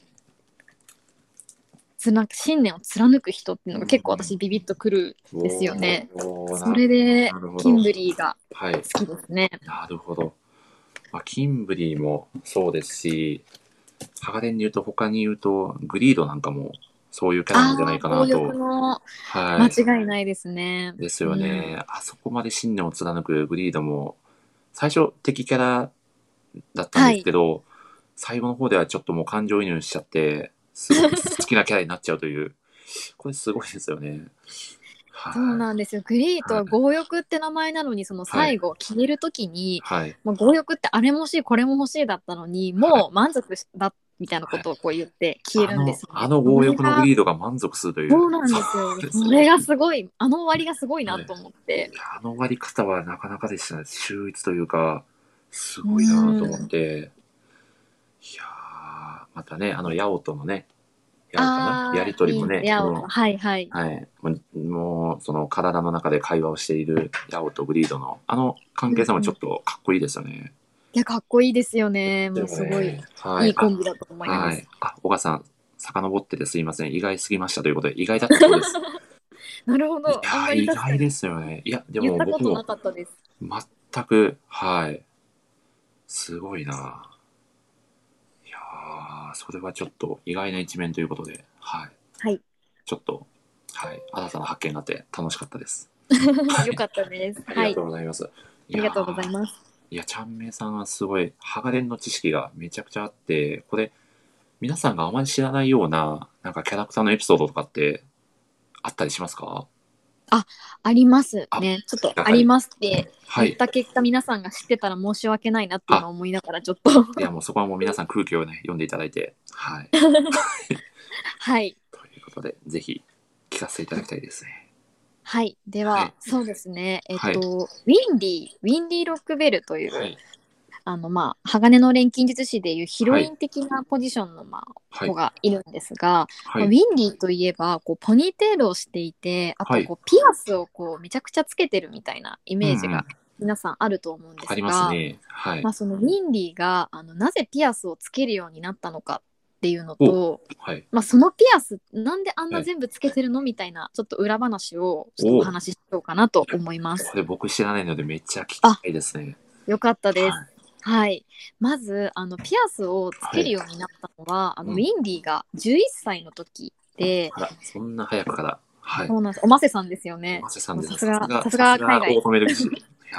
信念を貫く人っていうのが結構うん。 私ビビッとくるんですよね。 おー、 それで、 なるほど。 キンブリーがはい。 好きですね。 なるほど。キンブリーもそうですし、ハガレンで言うと他に言うと、グリードなんかもそういうキャラなんじゃないああ、強かなと。 欲の間はい。 違いないですね。 ですようん。 ね。あそこまで信念を貫くグリードも、最初敵キャラだったんですはい。 けど、最後の方ではちょっともう感情移入しちゃって、すごく好きなキャラになっちゃうという、これすごいですよね。 そうはい。 なんですよ。グリーとはい。 は強欲って名前なのに、そのはい。 最後消えるときに、 はい。 もう強欲ってあれも欲しい、これも欲しいだったのに、 はい。 もう満足だみたいなはい。 ことをこう言って消えるんですよね。そ強欲のグれが、 リードが満足するという。 そうなんですよ。 そうです。 それがすごい、終わりがすごいはい。いなと思って。 や、あの終わり方はなかなかでしたね。秀逸というか、すうごいなと思っーん。 て。いやまたね、ヤオとのね、ヤオかなやああ、 りとりいいね。 もね、 ヤオと。はいはい。 はい。その体の中で会話をしているヤオとグリードの、関係性もちょうんうん。 っとかっこいいですよね。 いや、かっこいいですよね。 でもうすごいもね、はい。 いいコンビだと思います。 はい。小川さん、遡っててすいません。意外すぎましたということで、意外だったそうです。 なるほいど。あんまや意外でり確かにすよね。いや、で言っも僕もたことなかったです。 全く、はい。すごいな。いやそれはちょっと意外な一面ということで、はい。 はい。 ちょっと、はい。新たな発見があって楽しかったです。 よかったです。 ありがとはい。 うございます。いやありがとうございます。 ちゃんめいさんはすごい、ハガレンの知識がめちゃくちゃあって、これ、皆さんがあまり知らないような、なんかキャラクターのエピソードとかってあったりしますか？ あ、ありますあ、 ね。ちょっとやはり。 ありますって言っはい。 た結果、皆さんが知ってたら申し訳ないなってあ、 今思いながらちょっといやもうそこはもう皆さん空気をね、読んでいただいて、はい。 はい。 ということで、ぜひ聞かせていただきたいですね。 はい。では、 はい。 そうですね。 はい。 ウィンディ・ロックベルという、 はい。 鋼の錬金術師でいうヒロはい。 イン的なポジションの、子はい。 がいるんですが、 はい。 ウィンディといえば、こう、ポニーテールをしていて、あと、 はい。 こう、ピアスをこう、めちゃくちゃつけてるみたいなイうんうメージがん。 皆さんあると思うんでありますすが、 ね。はい。 まあ、そのウィンリーがなぜピアスをつけるようになったのかっていうのお、 と、 はい。 まあ、そのピアスなんであんはい。 な全部つけてるのみたいなちょっと裏話をちょっとおお、 話ししようかなといや、 思います。 これ僕知らないのでめっちゃ聞きあ、 たいですね。 よかったです。 はい。 はい。まずピアスをつはい。 けるようになったのはウィうん。 ンリーが11歳の時で、 あら、そんな早くから。はい。 そうなんです。おませさんですよおね。 ませさんですね。 もうさすがさすさすがオーが海外。 トメル騎士。はい。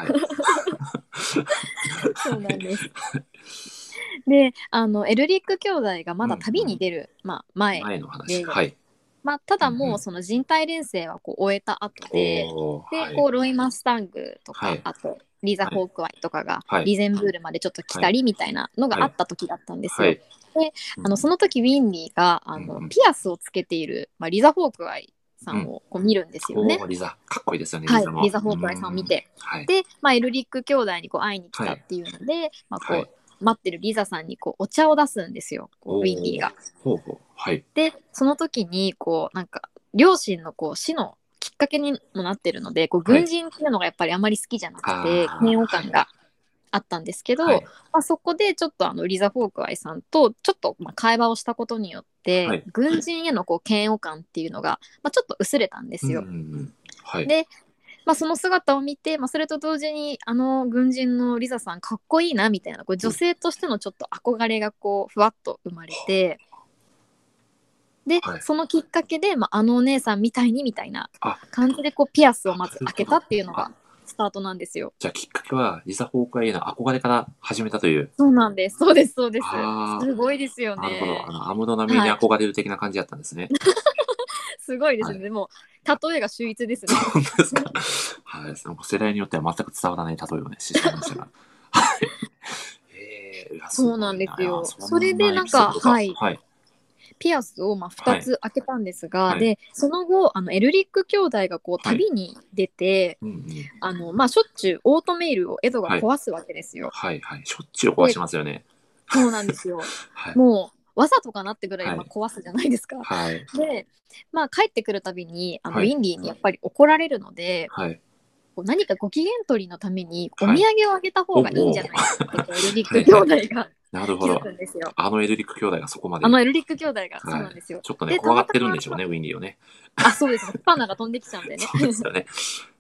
そうなんです。で、エルリック兄弟がまうんうだ旅にん。 出る、まあ、前前の話。 で、 はい。 まあ、ただもううんうん。 その人体錬成はこう終えた後で、 おー、 で、 はい。 ロイ・マスタングとか、 はい。 あとリザ・はい。 ホークアイとかがはい。 リゼンブールまでちょっと来はい。 たりみたいなのがはい。 あった時だったんですよ。 はい。 で、 うんうん。 その時ウィンリーがうんうん。 ピアスをつけている、まあ、リザ・ホークアイさうん。 んをこう見るんですよね。 おー、リザ。かっこいいですよね、リはい、 ザも。 リザ・うーホークアイさんを見ん。 て。 はい。 で、まあ、エルリック兄弟にこう会いに来はい。 たっていうので、まあ、 はい。 待ってるリザさんにこうお茶を出すんですよ、こうウィンリーおー。 が。 ほうほう。はい。 で、その時にこうなんか両親のこう死のきっかけにもなってるので、こうはい。 軍人っていうのがやっぱりあまり好きじゃなくてあー、 嫌悪はい。 感があったんですけど、 はい。 まあ、そこでちょっとリザ・フォークアイさんとちょっとまあ会話をしたことによってはい。 軍人へのこう嫌悪感っていうのが、まあ、ちょっと薄れたんでうんうんうすよ。 ん。はい。 で、まあ、その姿を見て、まあ、それと同時に軍人のリザさんかっこいいなみたいなこう女うん。 性としてのちょっと憧れがこうふわっと生まれて、ではい。 そのきっかけで、まあ、お姉さんみたいにみたいなあ、 感じでこうピアスをなまず開けたるほど。あ、 っていうのがスタートなんですよ。 じゃあきっかけは、リザ・ホークアイへの憧れから始めたという。 そうなんです。そうです。そうです。 あすごいですよあ、なるほど。 ね。 安室奈美恵にはい。 憧れる的な感じだったんですね。 すごいですね。 はい。 でも、例えが秀逸ですね。 本当ですか。はい。その世代によっては全く伝わらない例えをね、してしまいましたが。はい。いや、すそうなんごいな。いや、 ですよ。 そそれんなエでなんか、 ピソードが。 はい。 はい。 ピアスをまあ2 はい。 つ開けたんですが、 はい。 でその後エルリック兄弟がこうはい。 旅に出てうんうん。 まあ、しょっちゅうオートメイルをエドがはい。 壊すわけですよ。 はい。はい。しょっちゅう壊で、 しますよね。 そうなんですよ。 はい。 もうわざとかなってぐらいはい。 まあ壊すじゃないですか。 はい。 で、まあ、帰ってくるたびにウはい。 ィンリーにやっぱり怒られるので、 はい。 こう何かご機嫌取りのためにお土はい。 産をあげた方おがいいんじお。 ゃないかってこうエルリック兄はいはい。 弟がなるほ気づど。 くんですよ。 あのエルリック兄弟がそこまで。 エルリック兄弟がそうはい。 なんですよ。 ちょっとね、 で、た怖がっまたまてるんでしょうね、ウィンリーをね。 そうですね。スパナが飛んできちゃうんでね。 そうですよね。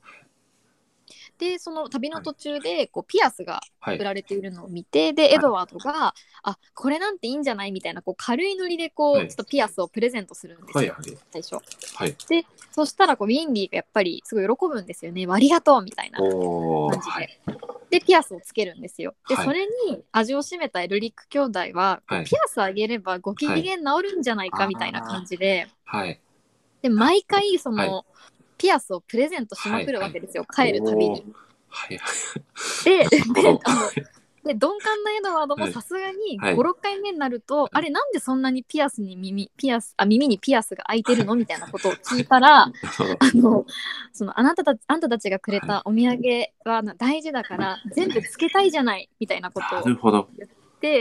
で、その旅のはい。 途中でこうピアスがはい。 売られているのを見て、で、エはい。 ドワードが、あ、これなんていいんじゃないみたいなこう軽いノリでこうちょっはい。 とピアスをプレゼントするんですよ、 はい。はい。 最初。 はい。 で、そしたらこうウィンリーがやっぱりすごい喜ぶんですよね。ありがとうみたいなおー。 感じで。 はい。 で、ピアスをつけるんですよ。で、 はい。 それに味を占めたエルリック兄弟は、こうはい。 ピアスあげればご機はい。 嫌治るんじゃないかあみたいな感あ。 じで、 はい。 で、 なる毎ほど。 回そはい。 のピアスをプレゼントしまくるはいはい。 わけですよ、帰るたびに。 おお。はいはい。 で、 なるほど。 鈍感なエドワードもはい。 さすがに5、 はい。 6回目になると、あれなんでそんなに耳にピアスが開いてるのみたいなことを聞いたら、 なるほど。 あんたたちがくれはい。 たお土産は大事だから全部つけたいじゃないみたいなことをなるほど。 言って、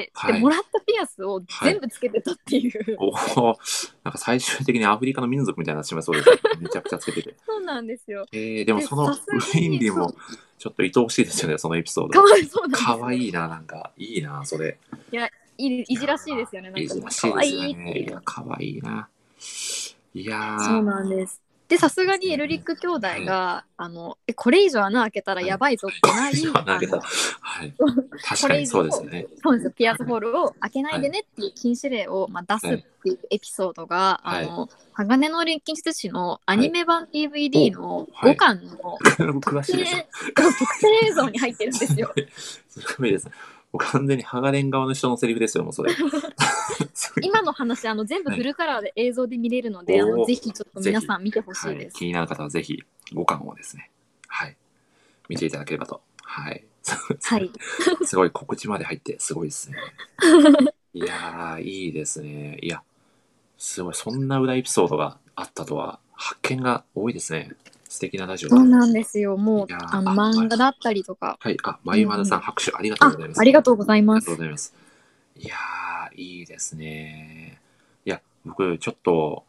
で、 はい。 もらったピアスをはい。 全部つけてたっていう。 おお。なんか最終的にアフリカの民族みたいになってしまいそうですね。めちゃくちゃつけてて。 そうなんですよ。 でもで、さすそのウがに、 ィンディもちょっと愛おしいですよね、そのエピソード。 かわいそうなんですよ。 可愛いな、なんか。いいな、それ。 いや、いいやじらしいですよね。なー、いんかじらしいもう可愛ですよね。いや、 いっていう。 可愛いな。いやそうなんです。で、 ー、いさいですすがにエルリッね。 ク兄弟はい。 が、これ以上穴開けたらはい。 やばいぞってこれ以上なり、 は投げた。はい。確こかにれ以上、 そうですよね。 そうですよ、ピアスはい。 ホールを開けないはい。 でねっていう禁止令を、まあ、出すっはい。 ていうエピソードが、 はい。 鋼の錬金術師のアはい。 ニメ版 DVD お、 の5 はい。 巻の詳しいですね。 特典映像に入ってるんですよ。 すごい、すごいですね。もう完全にハガレン側の人のセリフですよ、もうそれ。すごい。 今の話、全部はい。 フルカラーで映像で見れるので、 おお、 ぜひちょっと皆ぜひ、 さん見てほしはい。 いです。 気になる方はぜひ、5巻をですね、はい。見ていただければと。はい。 はい。 すごい告知まで入って、すごいですね。いやー、いいですね。いや、すごい。そんな裏エピソードがあったとは、発見が多いですね。素敵なラジオだ。 そうなんですよ。もう、 いやー、 漫画だったりとか。 はい。まうんうん。 ゆまるさん、拍手ありがとうございます。 ありがとうございありがます。 とうございます。いやー、いいですね。いや、僕、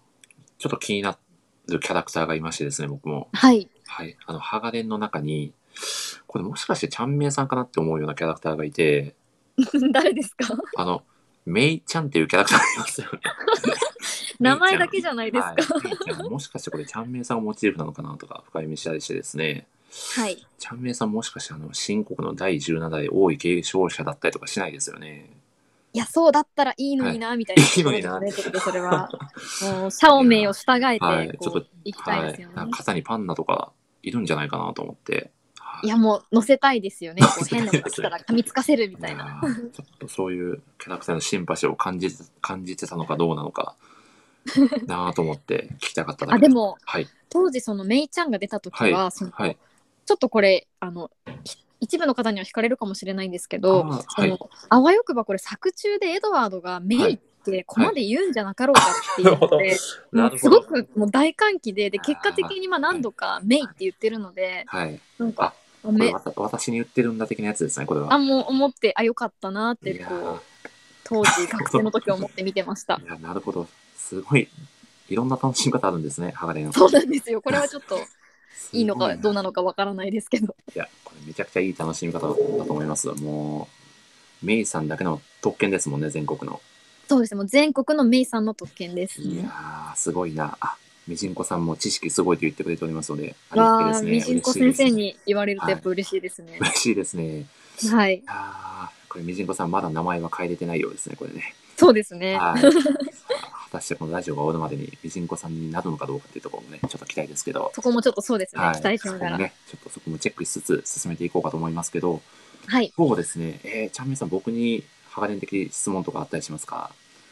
ちょっと気になるキャラクターがいましてですね、僕も。 はい。 はい。ハガレンの中に、 これもしかしてちゃんめいさんかなって思うようなキャラクターがいて、 誰ですか？ めいちゃんっていうキャラクターがいますよね。 名前だけじゃないですか。 はい、めいちゃん。もしかしてこれちゃんめいさんがモチーフなのかなとか深読みしたりしてですね。 はい。 ちゃんめいさんもしかして新国の第17代王位継承者だったりとかしないですよね。 いや、そうだったらいいのにな、みたいなところですね。ちょっとそれは、もう、シャオメイを従えはい、 て、 ちょっと、 行きたいですよね。 なんか肩にパンダとかいるんじゃないかなと思って。 いや、もう、乗せたいですよね。変なのが来たら噛みつかせるみたいな。 ちょっとそういうキャラクターのシンパシーを感じてたのかどうなのかなと思って聞きたかっただけです。 でも、 はい、 当時そのメイちゃんが出た時は、 はい、 ちょっとこれ一部の方には惹かれるかもしれないんですけど、 はい、 あわよくばこれ作中でエドワードがメイってコマで言うんじゃなかろうかっていうので、もうすごくもう大歓喜で結果的に何度かメイって言ってるので、 はい、 なんかこれ私に言ってるんだ的なやつですね、これは。 もう思ってよかったなって当時学生の時思って見てました。 いや、なるほど。すごいいろんな楽しみ方あるんですね、ハガレン。 そうなんですよ。これはちょっといいのかどうなのかわからないですけど。 いや、これめちゃくちゃいい楽しみ方だと思います。もう、メイさんだけの特権ですもんね、全国の。 そうですね、もう全国のメイさんの特権です、 いやー、すごいな。みじんこさんも知識すごいと言ってくれておりますので、 わあ、みじんこ先生に言われるとやっぱ嬉しいですね。 嬉しいですね。 はい。 これみじんこさんまだ名前は変えれてないようですね、これね。 そうですね。 はい。果たしてこのラジオが終わるまでにみじんこさんになるのかどうかっていうところもね、ちょっと期待ですけど。 そこもちょっとそうですね、期待しながら。 ね、ちょっとそこもチェックしつつ進めていこうかと思いますけど、 はい。 そうですね、ちゃんめいさん、僕にハガレン的質問とかあったりしますか？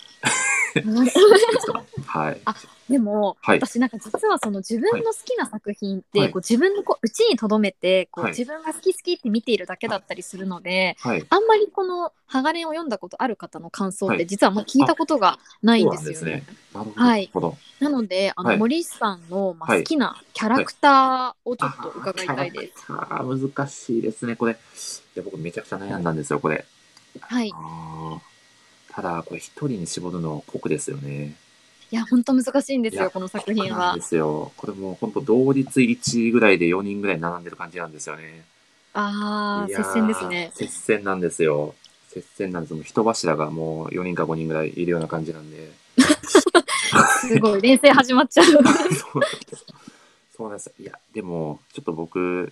はい。 でも、私なんか実はその自分の好きな作品って、自分の内に留めて自分が好きって見ているだけだったりするので、あんまりこのハガレンを読んだことある方の感想って実は聞いたことがないんですよね。はい。なので森さんの好きなキャラクターをちょっと伺いたいです。 難しいですね、これ。いや、僕めちゃくちゃ悩んだんですよ、これ。 はい。 ただ、これ一人に絞るの酷ですよね。 いや、本当難しいんですよ、この作品は。 なんですよ。これもう本当同率1位ぐらいで4人ぐらい並んでる感じなんですよね。 接戦ですね。 接戦なんですよ。接戦なんです。もう人柱がもう4人か5人ぐらいいるような感じなんで。 すごい、連戦始まっちゃう。 そうなんです。いや、でも、ちょっと僕、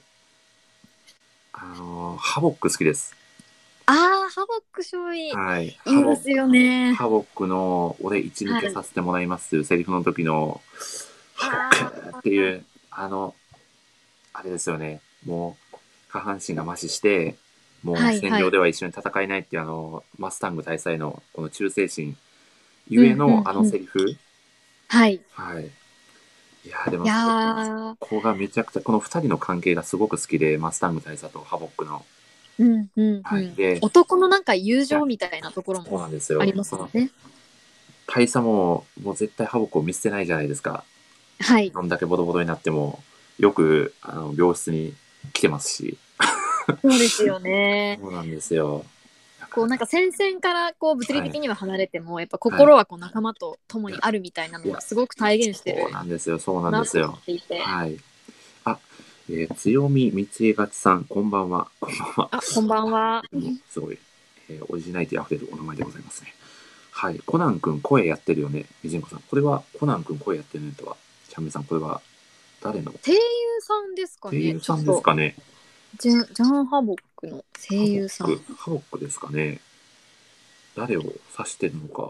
ハボック好きです。 ハボック勝利。 はい。 いいですよね。 ハボックの俺一抜けさせてもらいますというセリフの時の、ハボックっていう、あれですよね。もう、下半身が麻痺して、もう戦場では一緒に戦えないっていうマスタング大佐のこの忠誠心ゆえのセリフ。はい。はい。いやでも、ここがめちゃくちゃ、この二人の関係がすごく好きで、マスタング大佐とハボックの。 で、男のなんか友情みたいなところもありますよね。 大佐も絶対ハボックを見捨てないじゃないですか。はい。どんだけボロボロになっても、よく病室に来てますし。 そうですよね。 そうなんですよ。 なんか戦線から物理的には離れても、やっぱ心は仲間と共にあるみたいなのがすごく体現してる。 そうなんですよ、そうなんですよ。はい。強み三重勝さん、こんばんは。こんばんは。 こんばんは。 すごい、オリジナリティあふれるお名前でございますね。はい。コナン君声やってるよね。みじんこさん。これはコナン君声やってるねとは。ちゃんめさん、これは誰の声優さんですかね。 声優さんですかね。 ジャン・ハボックの声優さん。 ハボックですかね。誰を指してるのか。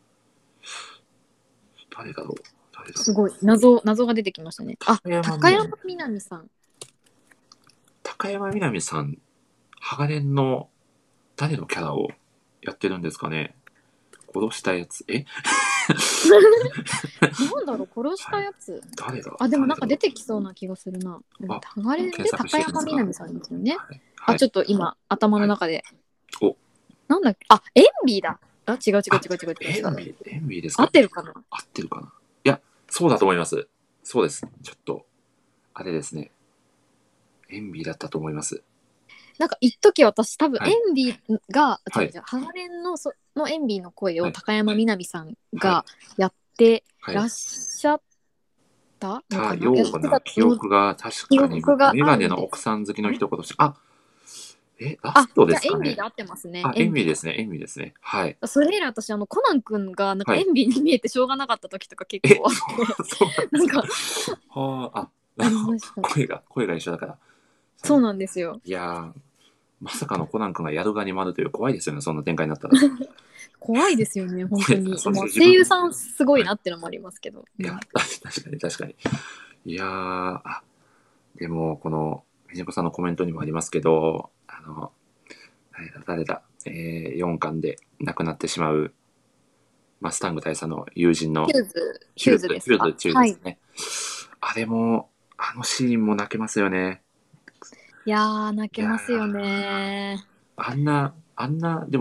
誰だろう。 すごい謎が出てきましたね。高山みなみさん。 高山みなみさん、ハガレンの誰のキャラをやってるんですかね。殺したやつ。 なんだろう、殺したやつ。 誰だ。 でもなんか出てきそうな気がするな。ハガレンで高山みなみさんですよね。ちょっと今頭の中で。なんだっけ。エンビーだ。違う。 エンビーですか。 合ってるかな。 いや、そうだと思います。そうです。ちょっと、あれですね。エンビーだったと思います。 なんか一時私多分エンビーが、ハガレンのエンビーの声を高山みなみさんがやってらっしゃったのかな。 ような記憶が確かに、メガネの奥さん好きの一言して、ラストですかね。 じゃあ、エンビーで合ってますね。 エンビーですね、エンビーですね。はい。 それ以来私、コナン君が、なんかエンビーに見えてしょうがなかった時とか結構あって。 そうなんか、声が一緒だから。 そうなんですよ。 いやまさかのコナン君が宿がにまるという怖いですよね、そんな展開になったら。 怖いですよね、本当に。声優さんすごいなってのもありますけど。 いや、確かに確かに。いやでも、この、藤子さんのコメントにもありますけど、誰だ、4巻で亡くなってしまう、マスタング大佐の友人のヒューズですか。 ヒューズですね。あれも、あのシーンも泣けますよね。 いやー、泣けますよね。 あんな、でも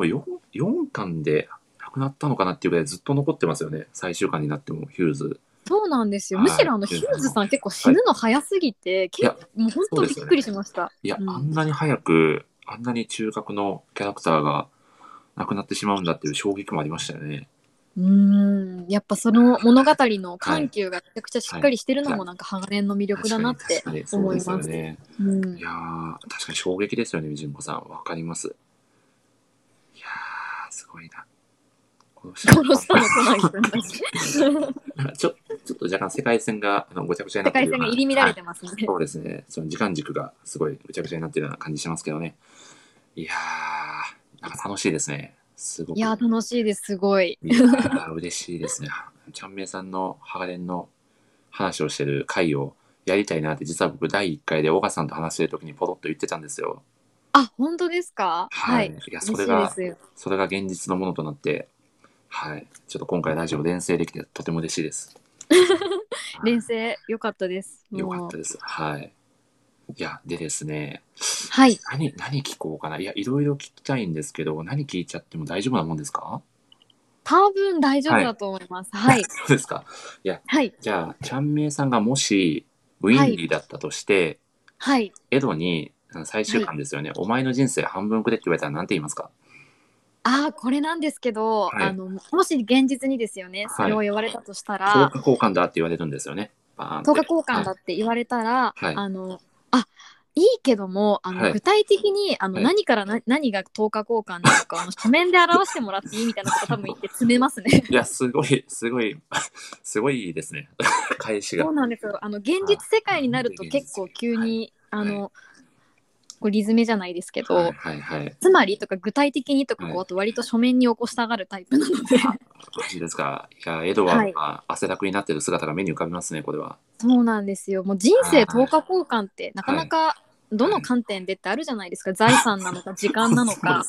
4巻で亡くなったのかなっていうぐらいずっと残ってますよね。最終巻になっても、ヒューズ。 そうなんですよ。むしろヒューズさん結構死ぬの早すぎて、もう本当びっくりしました。 いや、あんなに早く、あんなに中核のキャラクターが亡くなってしまうんだっていう衝撃もありましたよね。 やっぱその物語の緩急がめちゃくちゃしっかりしてるのもなんか鋼の魅力だなって思います。 いや確かに衝撃ですよね、純子さん。わかります。いやすごいな。 殺したのコナン君だし。 ちょっと若干世界線がごちゃごちゃになってるような。 世界線が入り乱れてますね。 そうですね。その時間軸がすごいぐちゃぐちゃになってるような感じしますけどね。いやなんか楽しいですね。すごく。 いや楽しいです、すごい。 いや嬉しいですね。ちゃんめいさんの鋼の話をしてる回をやりたいなって、実は僕第1回で岡さんと話してる時にポロッと言ってたんですよ。 あ、本当ですか。はい。 いや、それが現実のものとなって、はい。ちょっと今回ラジオ連成できてとても嬉しいです。 連成良かったです。 良かったです。はい。いや、でですね。 はい。 何聞こうかな。いや、いろいろ聞きたいんですけど、何聞いちゃっても大丈夫なもんですか？ 多分大丈夫だと思います。はい。 そうですか。いや、じゃあ、ちゃんめいさんがもし、ウィンディだったとして、 はい。 エドに、最終巻ですよね、お前の人生半分くれって言われたら何て言いますか？ これなんですけど、もし現実にですよね、それを言われたとしたら、 10日交換だって言われるんですよね。 10日交換だって言われたら、いいけども、具体的に何から何が10日交換なのか書面で表してもらっていいみたいなこと多分言って詰めますね。 いや、すごいですね。返しが。 そうなんですよ。現実世界になると結構急に、こうリズメじゃないですけど、つまりとか具体的にとか、あと割と書面に起こしたがるタイプなので。 マジですか。いや、エドワードが汗だくになってる姿が目に浮かびますね、これは。 そうなんですよ。もう人生10日交換ってなかなかどの観点でってあるじゃないですか。財産なのか時間なのか。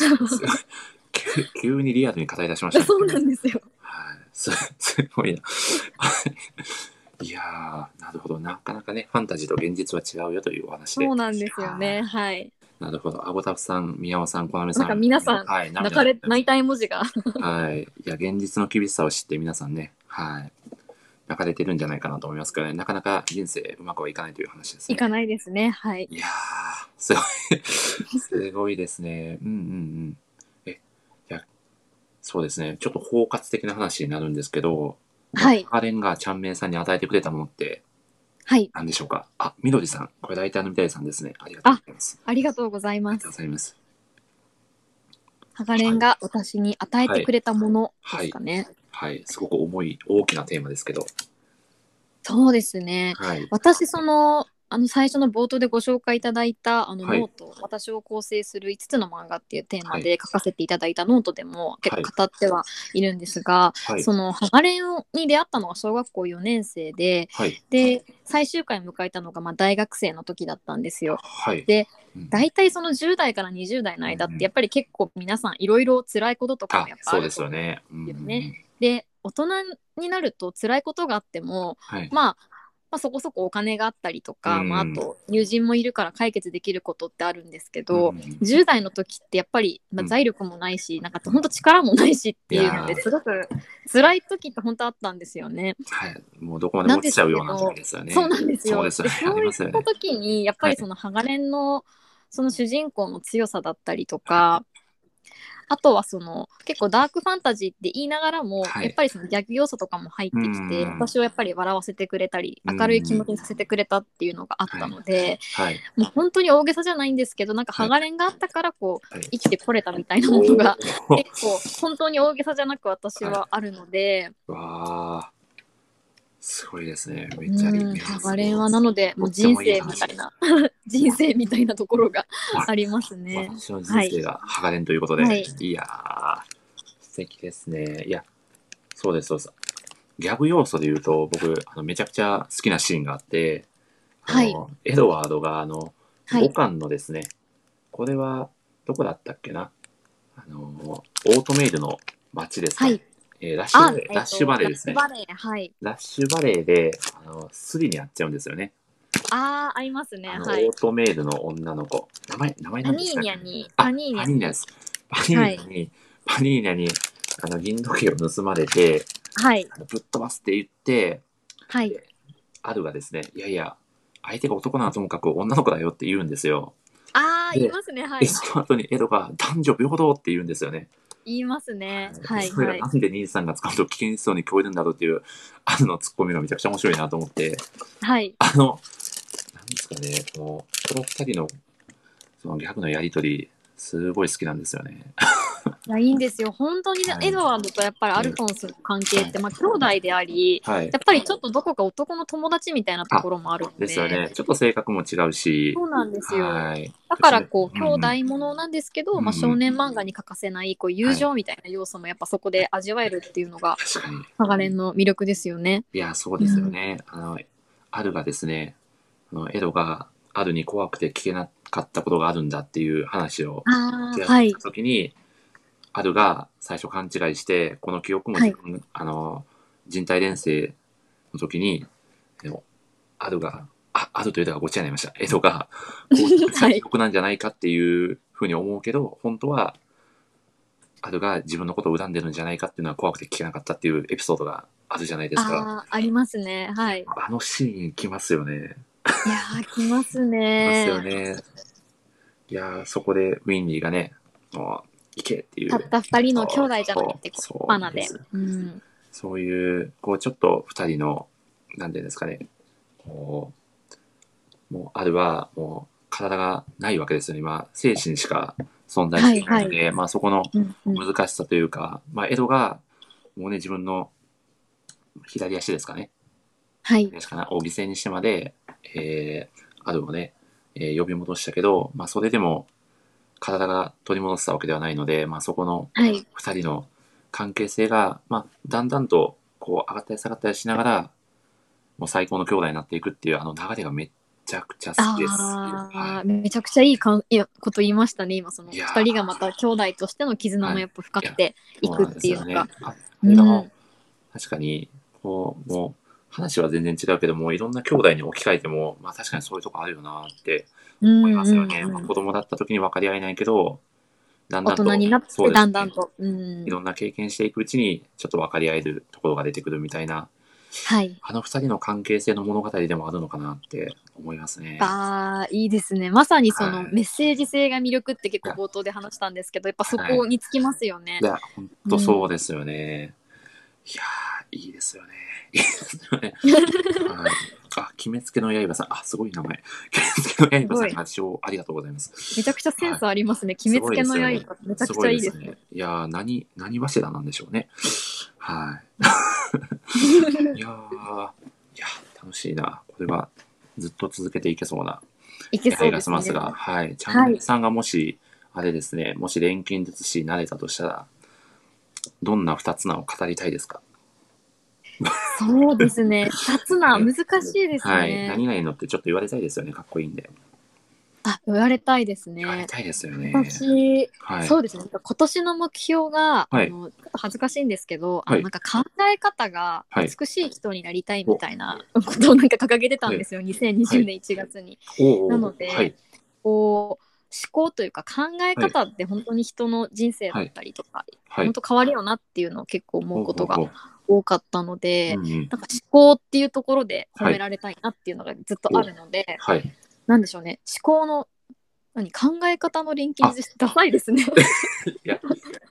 急にリアルに語り出しましたね。 そうなんですよ。 すごいな。いやなるほど。なかなかね、ファンタジーと現実は違うよというお話で。 そうなんですよね。はい。 なるほど。アゴタフさん、宮尾さん、コナメさん。 なんか皆さん、泣いた絵文字が。 はい。いや、現実の厳しさを知って皆さんね、はい。泣かれてるんじゃないかなと思いますけどね。なかなか人生うまくはいかないという話ですね。 いかないですね。はい。 いやすごい。すごいですね。いや、そうですね。ちょっと包括的な話になるんですけど、 はい。 ハーレンがちゃんめいさんに与えてくれたものって、何でしょうか。みどりさん。これライターのみどりさんですね。ありがとうございます。 ありがとうございます。 ありがとうございます。 ハガレンが私に与えてくれたものですかね。 はい。すごく大きなテーマですけど。 そうですね。私最初の冒頭でご紹介いただいたノート、私を構成する5つの漫画っていうテーマで書かせていただいたノートでも結構語ってはいるんですが、そのハガレンに出会ったのが小学校4年生で、で最終回を迎えたのが大学生の時だったんですよ。で大体その10代から20代の間ってやっぱり結構皆さんいろいろ辛いこととかもやっぱあると思うんですよね。で大人になると辛いことがあっても、まあそこそこお金があったりとか、あと友人もいるから解決できることってあるんですけど、10代の時ってやっぱり、財力もないし、なんか本当力もないしっていうのですごく辛い時って本当あったんですよね。 もうどこまでも落ちちゃうような時ですよね。 そうなんですよ。そういった時にやっぱりそのハガレンのその主人公の強さだったりとか、 あとはその結構ダークファンタジーって言いながらも、 はい、 やっぱりそのギャグ要素とかも入ってきて、私をやっぱり笑わせてくれたり、明るい気持ちにさせてくれたっていうのがあったので、 はい、 もう本当に大げさじゃないんですけど、なんかはい、 ハガレンがあったからこう、 はい、 生きてこれたみたいなものがお結構本当に大げさじゃなく私はい、 はあるので、 わあ、すごいですね。めっちゃいいね。 ハガレンはなのでもうとってもいい人生みた話。 いな人生みたいなところがあ、 ありますね。 私の人はい。 生がハガレンということで、 はい。 いやー、素敵ですね。いや、そうです、そうです。ギャグ要素で言うと、僕、めちゃくちゃ好きなシーンがあって、 はい。 エドワードが、5 はい。 巻のですね、これは、どこだったっけな、オートメイルの街ですかね。 はい。あ、 ラッシュバレーですね。 ラッシュバレー。はい。 ラッシュバレーで、スリにやっちゃうんですよね。 ああ、合いますね。はオい。 ートメイルの女の子。名前パニーなんでしたっけ？ ニャに、 あ、パニーニャでに、 す。パニはい。 ーニャに、パニーニャに、銀時計を盗まれて、 はい。 ぶっ飛ばすって言って、 はい。 で、アルがですね、いやいや、相手が男ならともかく女の子だよって言うんですよ。 ああ、言いで、 ますね。はい。 その後にエドが男女平等って言うんですよね。 言いますね。はい。 それがはい。 なんで兄さんが使うと危険そうに聞こえるんだろうっていう、アルのツッコミがめちゃくちゃ面白いなと思って、 はい。 なんですかね、この二人のそのギャグのやりとり、すごい好きなんですよね。 いや、いいんですよ。本当にね、 はい。 エドワードとやっぱりアルフォンスの関係って、まあ、兄弟であり、 はい。 やっぱりちょっとどこか男の友達みたいなとあ、 ころもあるので、 ですよね。ちょっと性格も違うし、 そうなんですよ。 はい。 だちょっとね、 からこう、 うんうん。 兄弟ものなんですけど、まあ、 うんうん。 少年漫画に欠かせないこう友はい。 情みたいな要素もやっぱそこで味わえるっていうのが、 確かに。 ハガレンの魅力ですよね。 いや、そうですようん。 ね。アルがですね、エドがアルに怖くて聞けなかったことがあるんだっていう話をああ、 手合ってたはい。 ときに、アルが最初勘違いして、この記憶もはい。 自分、人体錬成の時に、でも、アルが、アルとエドがごっちゃになりました。エドが構築したはい。 記憶なんじゃないかっていうふうに思うけど、本当は、アルが自分のことを恨んでるんじゃないかっていうのは怖くて聞けなかったっていうエピソードがあるじゃないですか。 ああ、ありますね。 いや、 はい。 あのシーン来ますよね。 いやー、来ます来ますよね。 ね。いやー、そこでウィンリーがね、もう、行けっていう、 たった二人の兄そう弟じゃないってこう、 そうなんバナで。 です。 うん。 そういう、こう、ちょっと二人の、なんていうんですかね、こもう、あるは、もう、体がないわけですよね。今、精神しか存在してはい、はい。 いないので、まあ、そこのうんうん。 難しさというか、まあ、エドが、もうね、自分の左足ですかね、 はい。 を犠牲にしてまで、アルをね、呼び戻したけど、まあ、それでも、体が取り戻せたわけではないので、まあ、そこのはい。 二人の関係性が、まあ、だんだんと、こう、上がったり下がったりしながら、もう最高の兄弟になっていくっていう、あの流れがめっちゃくちゃ好きです。はああ、 い。 めちゃくちゃいやこと言いましたね。今、そのいや二人がまた兄弟としての絆はい。 もやっぱ深いや、 くていくっそうなんでていうのが。 すよね。 うん。 確かに、こう、もう、話は全然違うけども、いろんな兄弟に置き換えても、まあ確かにそういうとこあるよなって思いうんますよね。まあうんうん。 子供だった時に分かり合えないけど、だん大だんと、 人になってそうですね。 だんだんと。うん。 いろんな経験していくうちに、ちょっと分かり合えるところが出てくるみたいな、 はい。 あの二人の関係性の物語でもあるのかなって思いますね。 ああ、いいですね。まさにそのはい。 メッセージ性が魅力って結構いや、 冒頭で話したんですけど、やっぱそはい。 こにつきますよね。 いや、ほんとそううん。 ですよね。いやー、いいですよね。いいですよね。はい。決めつけの刃さん。すごい名前。決めつけの刃さん、 すごい。 発祥ありがとうございます。 めちゃくちゃセンはい。 スありますね。決すごいめつけの刃、 ですよね。すめちゃくちごいですね。 ゃいいですね。 いやー、何柱なんでしょうね。はい。いやー、楽しいな。これはずっと続けていけそうないけ気配そうですね。 がしますが、はい。ちゃんはい。 なみさんがもし、あれですね、もし錬金術師になれたとしたら、どんな二つ名を語りたいですか？ そうですね。二つな、 はい。 難しいですはい。 ね。 何々のってちょっと言われたいですよね。かっこいいんで。 あ、言われたいです言われね。 たいですよね。 私、 はい。 そうですね。今年の目標が、 はい。 ちょっと恥ずかしいんですけど、 はい。 なんか考え方がはい。 美しい人になりたいみお、 たいなことをなんか掲げてたはい。 んですよ。2020 はい。 年1月に。なおお、 ので、 はい。 こう、思考というか考えはい。 方って本当に人の人生だはい。 ったりとか、 はい。 本当変わるよなっていうのを結構思うことがほうほうほう。 多かったので、 うんうん。 なんか思考っていうところで褒はい。 められたいなっていうのがずっとあお、 るので、 はい。 なんでしょうね、思考の考え方の錬金あ、 術師ダサいですね。 いや、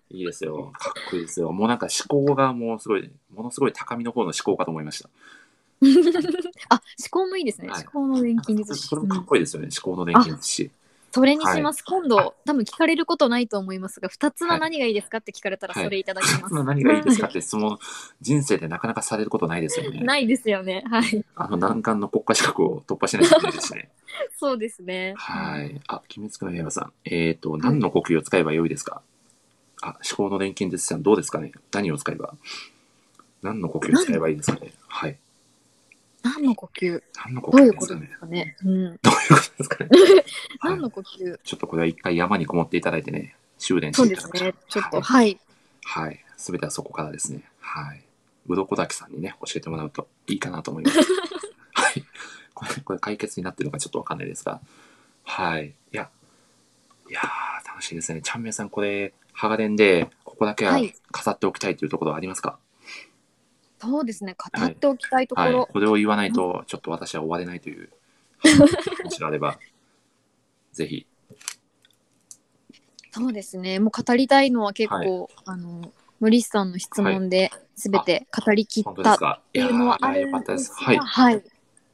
いいですよ。かっこいいですよ。もうなんか思考がもうすごい、ものすごい高みの方の思考かと思いました。 あ、思考もいいですね。 はい。 思考の錬金術師。 それもかっこいいですよね。思考の錬あ、 金術師。 それにしはい。 ます。今度、多分聞かれることないと思いますが、2つははい。 何がいいですかって聞かれたらはい。 それいただきます。 何がいいですかって質問、人生でなかなかされることないですよね。 ないですよね。はい。 難関の国家資格を突破しないといけないですしね。 そうですね。うん、 はい。あ、鬼滅の刃さん。 はい。 何の呼吸を使えばよいですか？あ、思考の錬金術師さんどうですかね？何を使えば何の呼吸を使えばいいですかね？はい。 何の呼吸？ 何の呼どういうことで吸ですかね？ すかね。うん。 どういうことですかね？はい。 何の呼吸？ ちょっとこれは一回山にこもっていただいてね、修練しそうていただくと。 ですね。ちょっと、 はい。 はい。 はい。すべてはそこからですね。はい。うどこだきさんにね、教えてもらうといいかなと思います。はい。これ解決になってるのかちょっとわかんないですが。はい。いやー、楽しいですね。ちゃんめいさん、これ、ハガレンで、ここだけははい。 飾っておきたいというところはありますか？ そうですね。語はい。 っておきたいとはい。 ころ。 これを言わないと、ちょっと私は終われないという、はい。もしあれば、ぜひ。 そうですね。もう語りたいのは結はい。 構、森さんの質はい。 問で全あ、 て語りきったっ本当ですか。いていうのはあやー、よかるんったです。 ですが、 はい。 はい。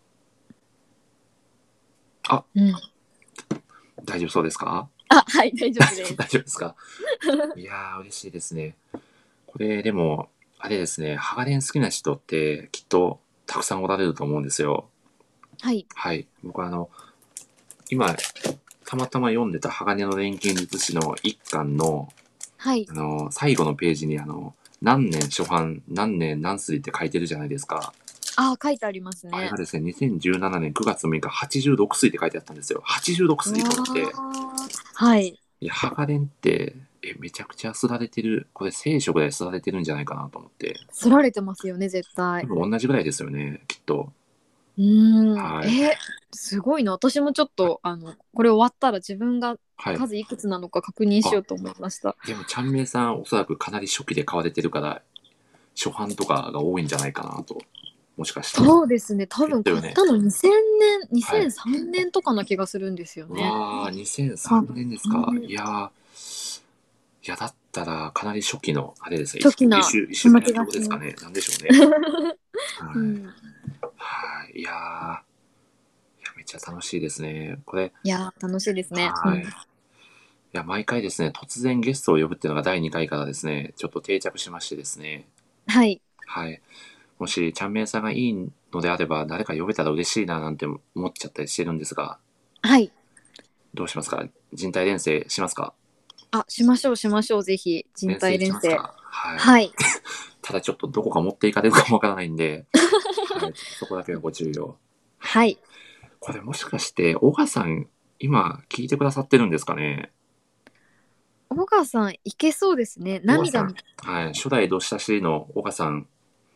あ、 うん。 大丈夫そうですか？ あ、はい、大丈夫です。 大丈夫ですか？いやー、嬉しいですね。これ、でも、あれですね、ハガレン好きな人ってきっとたくさんおられると思うんですよ。 はい。 はい。僕今、たまたま読んでた鋼の錬金術師の一巻の、 はい。 最後のページに何年初版、何年何水って書いてるじゃないですか。 あ、書いてありますね。 あれがですね、2017年9月6日、86水って書いてあったんですよ。86 う水と思って。 わー。はい。 いや、ハガレンって、めちゃくちゃすられてる。これ聖書ぐらいすられてるんじゃないかなと思って。 すられてますよね、絶対。 多分同じぐらいですよね、きっと。 うーん。 はい。 すごいな。私もちょっと、これ終わったら自分がはい。 数いくつなのか確認しあ、 ようと思いました。 でも、ちゃんめいさん、おそらくかなり初期で買われてるから、初版とかが多いんじゃないかなと。もしかしたら。 そうですね。多分ですよね。 買ったの2000年、 はい。 2003年とかな気がするんですようね。 わー、2003 多年です分。 か。いや、だったら、かなり初期の、あれですね、 初期な、 一そんな種勉気がします。 強ですかね。なんでしょうね。はい。 うん。 はい。めっちゃ楽しいですね。これ、 いやー、楽しいですね。うはい。 ん。 毎回ですね、突然ゲストを呼ぶっていうのが第2回からですね、ちょっと定着しましてですね。 はい。 はい。もし、ちゃんめいさんがいいのであれば、誰か呼べたら嬉しいななんて思っちゃったりしてるんですが、 はい。 どうしますか？人体錬成しますか？ あ、しましょう、しましょう。ぜひ、人錬成し体錬成。 ますか？はい。 はい。 ただちょっとどこか持っていかれるかもわからないんで、はい。ちょっとそこだけはご注意を。はい。 はい。 これもしかして、小川さん、今聞いてくださってるんですかね？ 小川さん、いけそうですね。 小川さん、 涙みたい。 はい。初代どしたしの小川さん、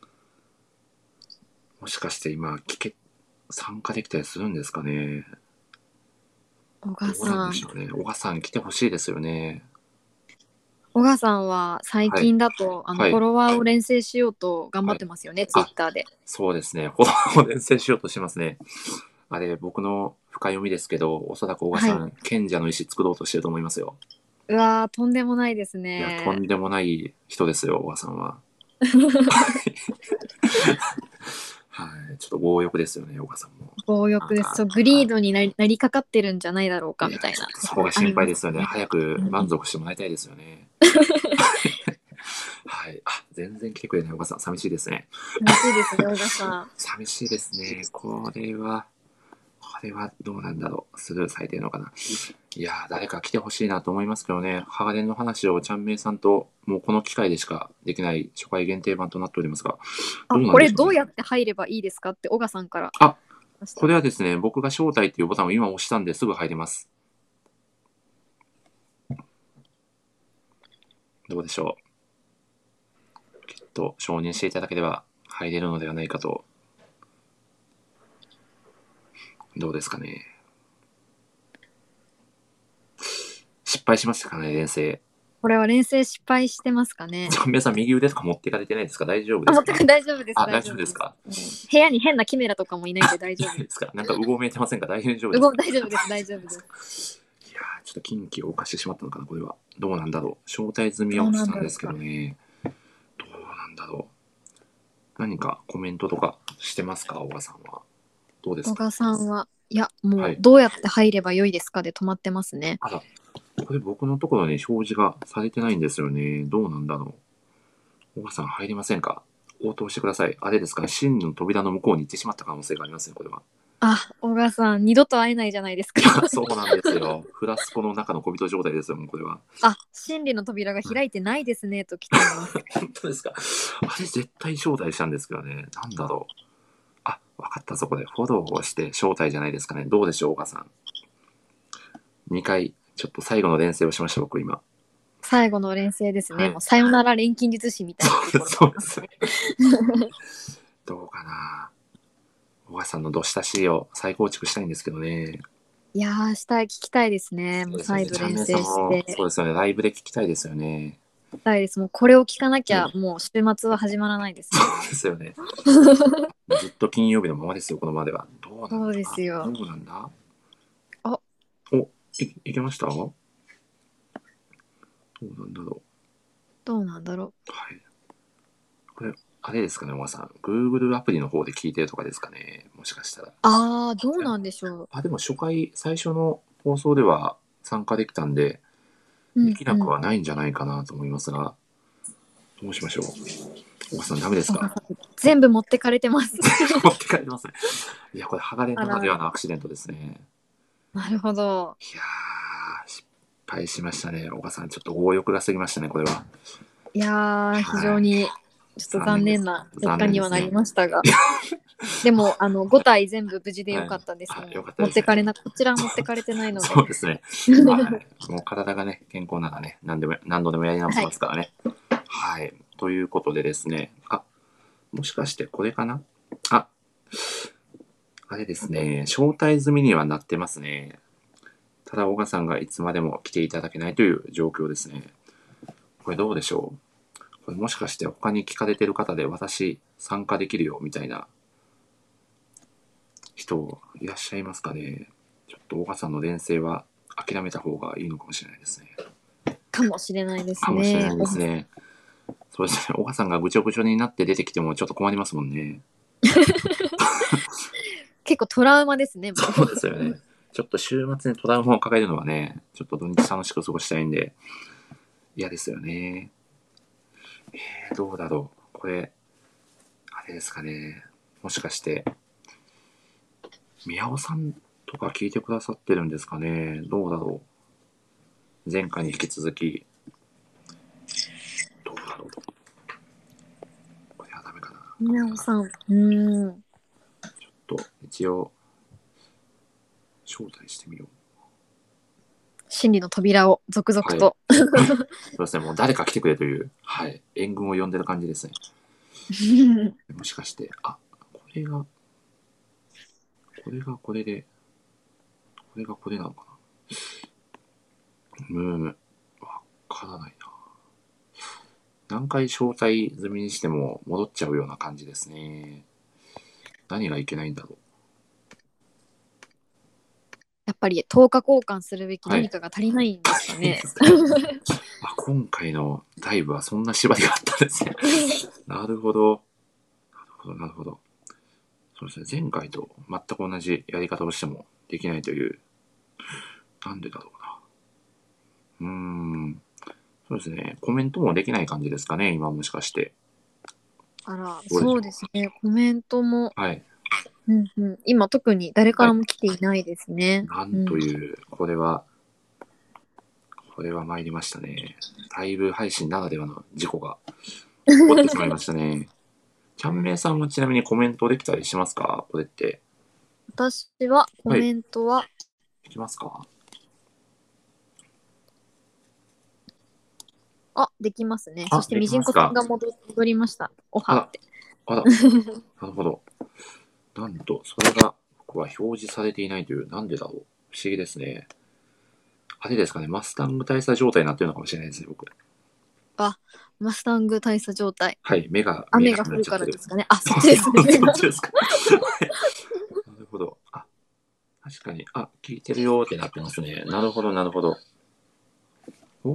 もしかして今、参加できたりするんですかね？ 小どうなん川さん。 でしょうね。小川さん来てほしいですよね。 小川さんは最はい。 近だと、 はい。 フォロワーを連成しようと頑張はい。 ってますよね、ツイッあ、 ターで。 そうですね。子供を連成しようとしますね。あれ、僕の深読みですけど、おそらく小川はい。 さん、賢者の石作ろうとしてると思いますよ。 うわー、とんでもないですいや、とね。 んでもない人ですよ、小川さんは。はい。ちょっと強欲ですよね、小川さんも。 強欲です。 なんか、 そう、グリはードになりかかってるんじゃないだろうか、 い。いや、 みたいなちょっとそこが心ところあり配ですよね。 ますね。 早くうん。 満足してもらいたいですよね。はい。あ、全然来てくれない小川さん、寂しいですね。 楽しいですね、小川さん。 寂しいですね。これはどうなんだろう。スルーされてるのかな。いやー、誰か来てほしいなと思いますけどね。鋼の話をちゃんめいさんと、もうこの機会でしかできない初回限定版となっておりますが、どあ、 うなんこでしょうね。 れどうやって入ればいいですかって小川さんからあ、 ました。 これはですね、僕が招待っていうボタンを今押したんですぐ入れます。どうでしょう。きっと承認していただければ入れるのではないかと。どうですかね。失敗しましたかね、連成。 これは連成失敗してますかね。 ちゃんめいさん右腕とか持っていかれてないですか？大丈夫であ、 すか？ 大丈夫です、 あ、大大丈夫です。 丈夫ですか？ うん、部屋に変なキメラとかもいないんで大丈夫です。 いないですか？なんかうごめいてませんか？大丈夫ですか？ 大丈夫です、大丈夫です。 やー、ちょっと近畿を犯してしまったのかな、これは。どうなんだろう。招待済みは押したんですけどね。どうなんだろう。何かコメントとかしてますか、小川さんは。どうですか。 小川さんは、いや、もはい。 うどうやって入ればよいですかで止まってますね。 あら、これ僕のところに表示がされてないんですよね。どうなんだろう。小川さん入りませんか。応答してください。あれですかね、真の扉の向こうに行ってしまった可能性がありますね、これは。 あ、小川さん、二度と会えないじゃないですか。 そうなんですよ。フラスコの中の小人状態ですよ、もうこれは。 あ、真理の扉が開いてないですね、と来ています。 本当ですか。あれ絶対招待したんですけどね。なんだろう。あ、わかったぞ、これ。フォローをして招待じゃないですかね。どうでしょう、岡さん。2回、ちょっと最後の連戦をしました、僕今。 最後の連戦ですね。 はい、 もうさよなら錬金術師みたいなところ。 そうですね。どうかな。小川さんのどしたしを再構築したいんですけどね。 いやー、聞きたいですね。もうそうですよね。 再度連チャンネルさん戦しも、 て。 そうですよね。ライブで聞きたいですよね。 たいです。もうこれを聞かなきゃ、 うん、 もう週末は始まらないですね。 そうですよね。ずっと金曜日のままですよ、このままでは。どうなんそうだ。 ですよ。 どうなんだ。 あ、 いけました。どうなんだろどうなんだろう。はい。これ、あれですかね、小川さん。Google アプリの方で聞いてるとかですかね。もしかしたら。 う。ああ、どうなんでしょあ、でも初回、最初の放送では参加できたんで、 う。うんできなくうん。 はないんじゃないかなと思いますが、どうしましょう。小川さん、ダメですか。 全部持ってかれてます。 持って帰りますね。いや、これ、鋼なあら、 らではのアクシデントですね。 なるほど。 いやー、失敗しましたね。小川さん、ちょっと強欲が過ぎましたね、これは。 いやー、非はい。 常にちょっと残残念です。 念な結残果にはなり念ですね。 ましたが。でも、5体全部無事でよはい。 かったです。 あ、 もうよかったですね。 こちらは持ってかれてないので。 そうですね。はい。もう体がね、健康ならね、何度でもやり直せはい。 ますからね。はい。ということでですね。あ、もしかしてこれかな。あ、あれですね。招待済みにはなってますね。ただ、小川さんがいつまでも来ていただけないという状況ですね。これどうでしょう。これもしかして他に聞かれてる方で私参加できるよみたいな人いらっしゃいますかね。ちょっと小川さんの連戦は諦めた方がいいのかもしれないですね。 かもしれないですね。 かもしれないですね。そうですね。小川さんがぐちょぐちょになって出てきてもちょっと困りますもんね。 結構トラウマですね、もう。 そうですよね。ちょっと週末にトラウマを抱えるのはね、ちょっと土日楽しく過ごしたいんで、嫌ですよね。どうだろう。これ、あれですかね。もしかして、宮尾さんとか聞いてくださってるんですかね。どうだろう。前回に引き続き、どうだろう。これはダメかな。 宮尾さん。ちと、一応、招待してみよう。 真理の扉を続々と。 はい、そうですね。もう誰か来てくれという、はい。援軍を呼んでる感じですね。もしかして、あ、これが、これで、これがこれなのかな。わからないな。何回招待済みにしても戻っちゃうような感じですね。何がいけないんだろう。 やっぱり10日交換するべきはい。 何かが足りないんですかね。 あ、今回のダイブはそんな縛りがあったんですね。なるほど。なるほど。そうですね。前回と全く同じやり方をしてもできないという。なんでだろうな。そうですね。コメントもできない感じですかね。今もしかして。 あら、 どうでしょう。 そうですね。コメントも、 はい。 今特に誰かはい。 らも来ていないですね。 なんという、これは参りましたね。ライブ配信ならではの事故が起こってしまいましたね。ちゃんめいさんもちなみにコメントできたりしますか、これって。 私はコはい。 メントは、 できますか。 できますね。そあ、 してでみじんこさんきますか。 が戻りました。おあら、 はって。 あら、なるほど。なんと、それが僕は表示されていないという、なんでだろう。不思議ですね。あれですかね、マスタング大佐状態になってるのかもしれないですね、僕。 あ、マスタング大佐状態。 はい、目が見え雨が降るなくなっちゃってる。 からですかね。あ、そっちですね。 そっちですか。はい。なるほど。あ、 確かに。あ、聞いてるよってなってますね。なるほど、なるほど。お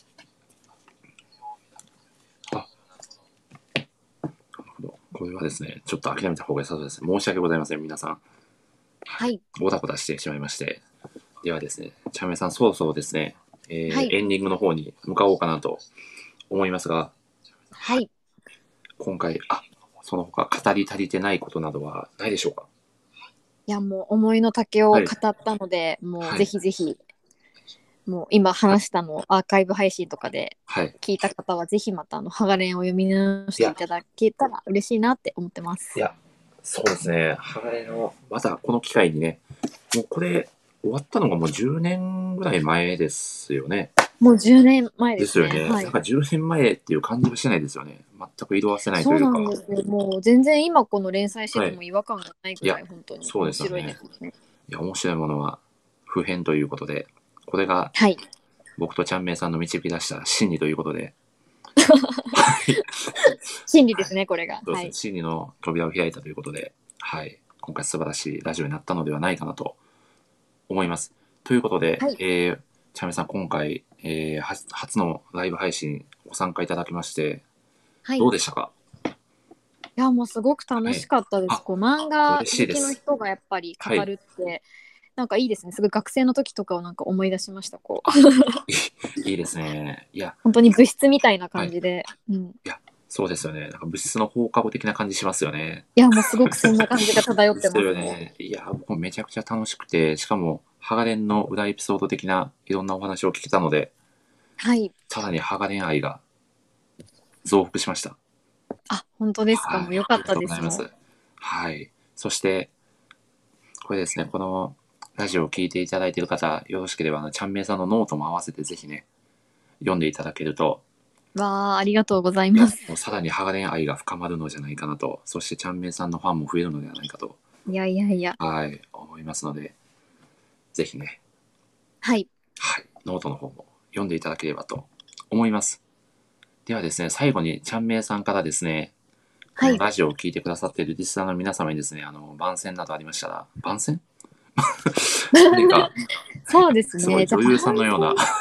あ、なるほど。これはですね、ちょっと諦めた方が良さそうです。申し訳ございません、皆さん。 はい。 ごたごたしてしまいまして。ではですね、チャンメイさん、そろそろですね、 はい。 エンディングの方に向かおうかなと思いますが、 はい。 今回、その他語り足りてないことなどはないでしょうか？ いや、もう思いの丈を語はい。 ったので、もうぜはい。 ひぜひ、もう今話したのをアーカイブ配信とかではい。 聞いた方は、ぜひまたハガレンを読み直しいや、 ていただけたら嬉しいなって思ってます。 いや、そうですね。鋼の、またこの機会にね、もうこれ、終わったのがもう10年ぐらい前ですよね。 もう10年前ですね。 ですよね。 はい。 なんか10年前っていう感じがしないですよね。全く色褪せないとそういうか。 なんですよ。もう全然今この連載してはい。 ても違和感がないいや、 ぐらい本当にそうで面白いですよね。 すね。 いや、面白いものは普遍ということで、これがはい。 僕とちゃんめいさんの導き出した真理ということで、はい。はい。 真理ですね、これが。 そうですね。 はい。 真理の扉を開いたということで、はい。今回素晴らしいラジオになったのではないかなと思います。ということで、 はい。 ちゃめさん、今回、初のライブ配信ご参加いただきまして、 はい。いどうでしたか？ や、もうすごく楽しはい。 かったです。 あ、 こう漫画嬉し好きのいです。 人がやっぱりはい。 語るって、なんかいいですね。すごい学生の時とかをなんか思い出しました。こう。 あ、いいですね。いや、 本当に部室みたいなはい。い感じで。うん。 や、そうですよね。なんか物質の放課後的な感じしますよね。 いや、もうすごくそんな感じが漂っですてます、もよね。いや、僕もめちゃくちゃ楽しくて、しかも、ハガレンの裏エピソード的ないろんなお話を聞けたので、 う。はい。 さらにハガレン愛が増幅しました。 あ、本当ですか。 はい。 もう良かっありがたです、もう。 とうございます。はい。そして、これですね、このラジオを聞いていただいている方、よろしければ、ちゃんめいさんのノートも合わせてぜひね、読んでいただけると、 わあ、ありがとうございいや、 ます。 もうさらにハガレン愛が深まるのじゃないかなと、そしてちゃんめいさんのファンも増えるのではないかと、 いやいやいや。 はい、思いますので、ぜひね、 はい。 はい、ノートの方も読んでいただければと思います。ではですね、最後にちゃんめいさんからですね、こはい。 のラジオを聞いてくださっているリスナーの皆様にですね、番宣などありましたら、番宣何か、 そうですすごいね。じゃあ、 女優さんのような、はい、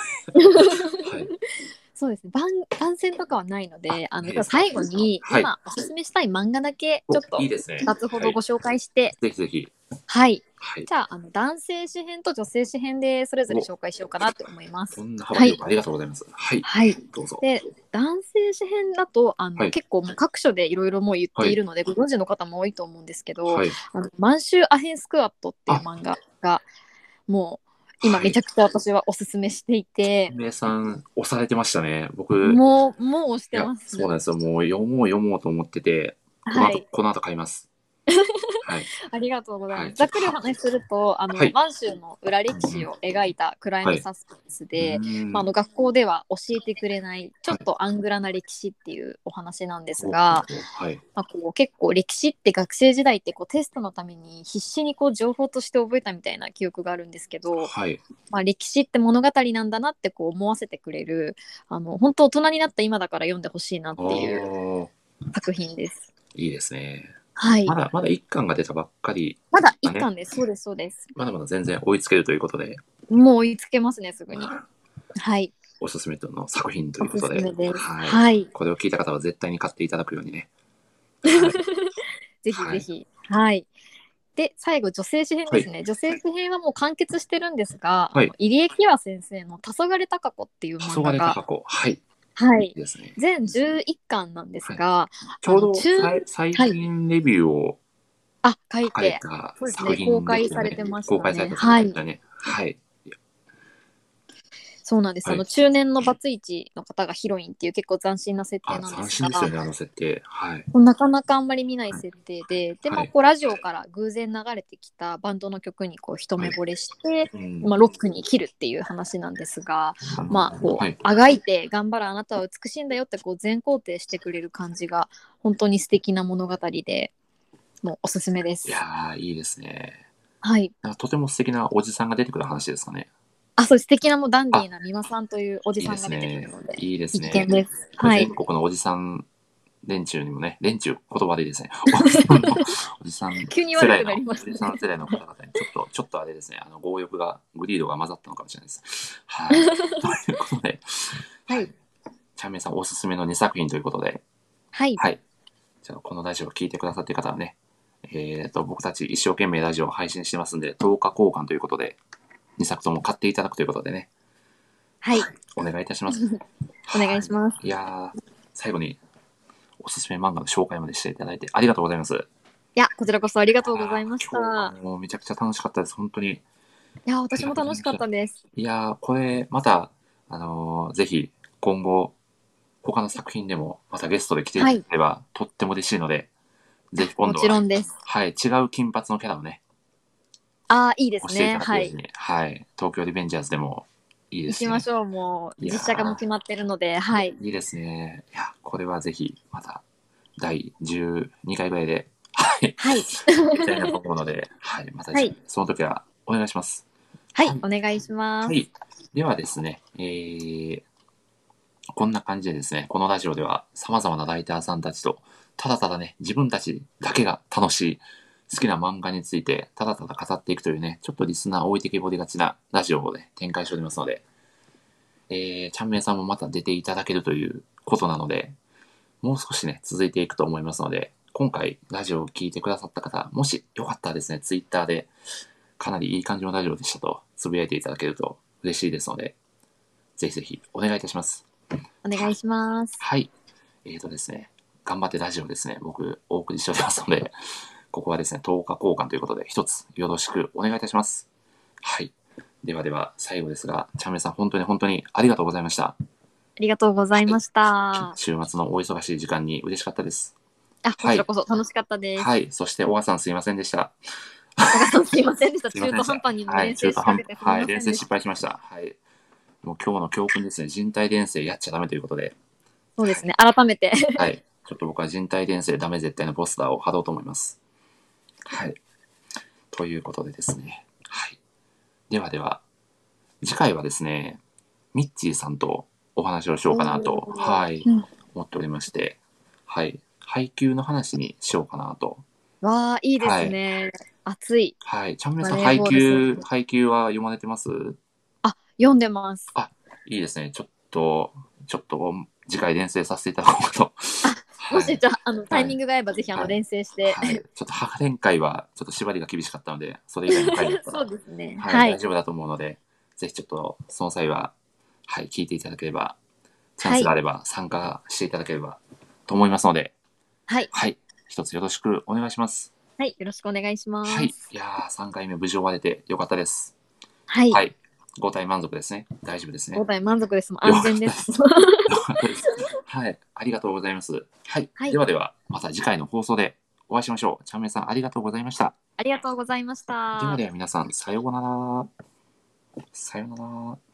そうですね。番宣とかはないので、 ないですか？ 最後にはい。 今おすすめしたい漫画だけちょっといいですね。 2つほはい。 どご紹介して、 ぜひぜひ。 はい。 はい。 じゃあ、男性詩編と女性詩編でそれぞれお、 紹介しようかなと思います。 こんな幅はい。 広くありがとうございます。はい。 はい。 どうぞ。 で、男性詩編だと、 はい。 結構もう各所でいろいろもう言っはい。 ているので、ご存知の方も多いと思うんですけど、 はい。 満州アヘンスクワットっていうあ、 漫画が、もう今はい。 めちゃくちゃ私はおすすめしていて、 名さん、押されてましたね。僕、 もう押しいや、 てます。 そうなんですよ。もう読もうと思ってて、 はい。 この後買います。はい。 ありがとうございはい。 ます。ざっくりお話しすると、 はい。 満州の裏歴うんうん。 史を描いたクライはい。 ムサスペンスうーで、 ん。 学校では教えてくれないちょっはい。 とアングラな歴史っていうお話なんですほうほうが、 ほう。はい。 こう結構歴史って学生時代ってこうテストのために必死にこう情報として覚えたみたいな記憶があるんですけど、 はい。 歴史って物語なんだなってこう思わせてくれる、本当大人になった今だから読んでほしいなっあていうあ、 作品です。 いいですね。 はい。 まだ一巻が出たばっかりまだがね、 一巻です。そうです、そうです。 まだまだ全然追いつけるということで、 もう追いつけますね、すぐに。はい。 おすすめの作品とおすすいうことで、 めです。 はい。 はい。 これを聞いた方は絶対に買っていただくようにね。はい。 ぜひはい。 ぜひ。はい。で、最後、女性詩編はい。 ですね。女性詩編はもう完結してるんですが、 はい。 入江喜和先生の黄昏高子っていう黄昏漫画が、 高子。はい。いいはい。 ですね。 全11巻なんですはい。 が、 ちょうど中、 最はい。 近レビューを書い書かれて、 たそうですね、公作品です開されよね。 てましたね。 公開された作はい。 品だね。はい。 そうなんです。 はい。 中年のバツイチの方がヒロインっていう結構斬新な設定なんで斬すが、 新ですよね、あの設定。はい。 なかなかあんまり見ないはい。 設定で、で、 はい。 こうラジオから偶然流れてきたバンドの曲にこう一はい。 目惚れして、 うん。 ロックに生きるっていう話なんですが、こはい。 う、あがいて頑張るあなたは美しいんだよってこう全肯定してくれる感じが、本当に素敵な物語で、もうおすすめでいす。 やー、いいですね。 はい。 なんかとても素敵なおじさんが出てくる話ですかね。 そう素敵なもうダンディあ、 ーな美輪さんというおじいいでさんが出てくるすね。 ので、 いいです必見ね。 です。 これはい。 全国のおじさん連中にもね、連中言葉でいいですね。おじさん急に世代の、 悪くなりまおしたね。 じさん世代の方々にちょっとあれですね、強欲が、グリードが混ざったのかもしれないです。はい。ということで、 はい。 チャンメイさんおすすめの2作品ということで、 はい。 はい。じゃあ、このラジオを聞いてくださっている方はね、僕たち一生懸命ラジオを配信してますんで、10日交換ということで、2作とも買っていただくということでね、 はい。 お願いいたします。 お願いします。 いやー、最後におすすめ漫画の紹介までしていただいてありがとうございます。 いや、こちらこそありがとうございまし今日はた。 もうめちゃくちゃ楽しかったです、本当に。 いや、私も楽しかったです。 いやー、これ、また、ぜひ、今後、他の作品でも、またゲストで来ていただければ、とっても嬉しいので、ぜひ今も度は、 ちろんです。 はい、違う金髪のキャラをね、 ああ、いいです押していたね。はい。 だけるように、はい、東京リベンジャーズでもいいですね。 行きましょう。もう、 いや実写化も決まってるので、はい。 いいですね。いや、これはぜひ、また、第12回ぐらいで、はい、 はい。 やりたいなと思うので、はい、また、 はい。 その時はお願いします。 はい。 はい。 お願いします。 はい。ではですね、こんな感じでですね、このラジオでは様々なライターさんたちと、ただただね、自分たちだけが楽しい、好きな漫画について、ただただ語っていくというね、ちょっとリスナー置いてけぼりがちなラジオをね、展開しておりますので、ちゃんめいさんもまた出ていただけるということなので、もう少しね、続いていくと思いますので、今回ラジオを聞いてくださった方、もしよかったらですね、ツイッターでかなりいい感じのラジオでしたとつぶやいていただけると嬉しいですので、ぜひぜひお願いいたします。 お願いします。 はい。ですね、頑張ってラジオですね、僕お送りしておりますので、ここはですね、10日交換ということで、一つよろしくお願いいたします。はい。ではでは、最後ですが、チャンメイさん、本当に本当にありがとうございました。 ありがとうございました。 週末のお忙しい時間に嬉しかったです。 あ、こはい。 ちらこそ楽しかったです。 はい。そして、小川さんすいませんでした。 小川さんすいませんでした。中途すいませんでした。 半端にもはい。 連成仕掛けてすみはい。連戦失ませんでした。 敗しました。はい。もう今日の教訓ですね、人体連成やっちゃダメということで、 そうですね。改めて。 はい。ちょっと僕は人体連成ダメ絶対のポスターを貼ろうと思います。はい。ということでですね。はい。ではでは、次回はですね、ミッチーさんとお話をしようかなと、はい、 うん、 思っておりまして、はい。配給の話にしようかなと。 わあ、いいではい。 すね。熱いはい。ちゃんめいさん、 バレーボール選手。 配給は読まれてます？ あ、読んでます。 あ、いいですね。ちょっと次回連成させていただこうかと。 あ、もはい。 しじゃあ、タはい。 イミングが合えばぜひはい。 連成して。 はい。ちょっと母連会はちょっと縛りが厳しかったので、それ以外の回だったそうら、 ですね。 はい、 はい。 大丈夫だと思うので、ぜひちょっとその際は、はい、聞いていただければ、チャンはい。 スがあれば参加していただければと思いますので、 はい。 はい、一つよろしくお願いします。 はい。よろしくお願いしはい。います。 やー、3回目無事終われてよかったです。 はい。 はい。5体満足ですね。大丈夫ですね。 5体満足です。もうよか安全です。 ったです。よかったです。はい。ありがとうございます。はい。 はい。 ではでは、また次回の放送でお会いしましょう。ちゃんめいさん、ありがとうございました。 ありがとうございました。 ではでは皆さん、さようなら。さようなら。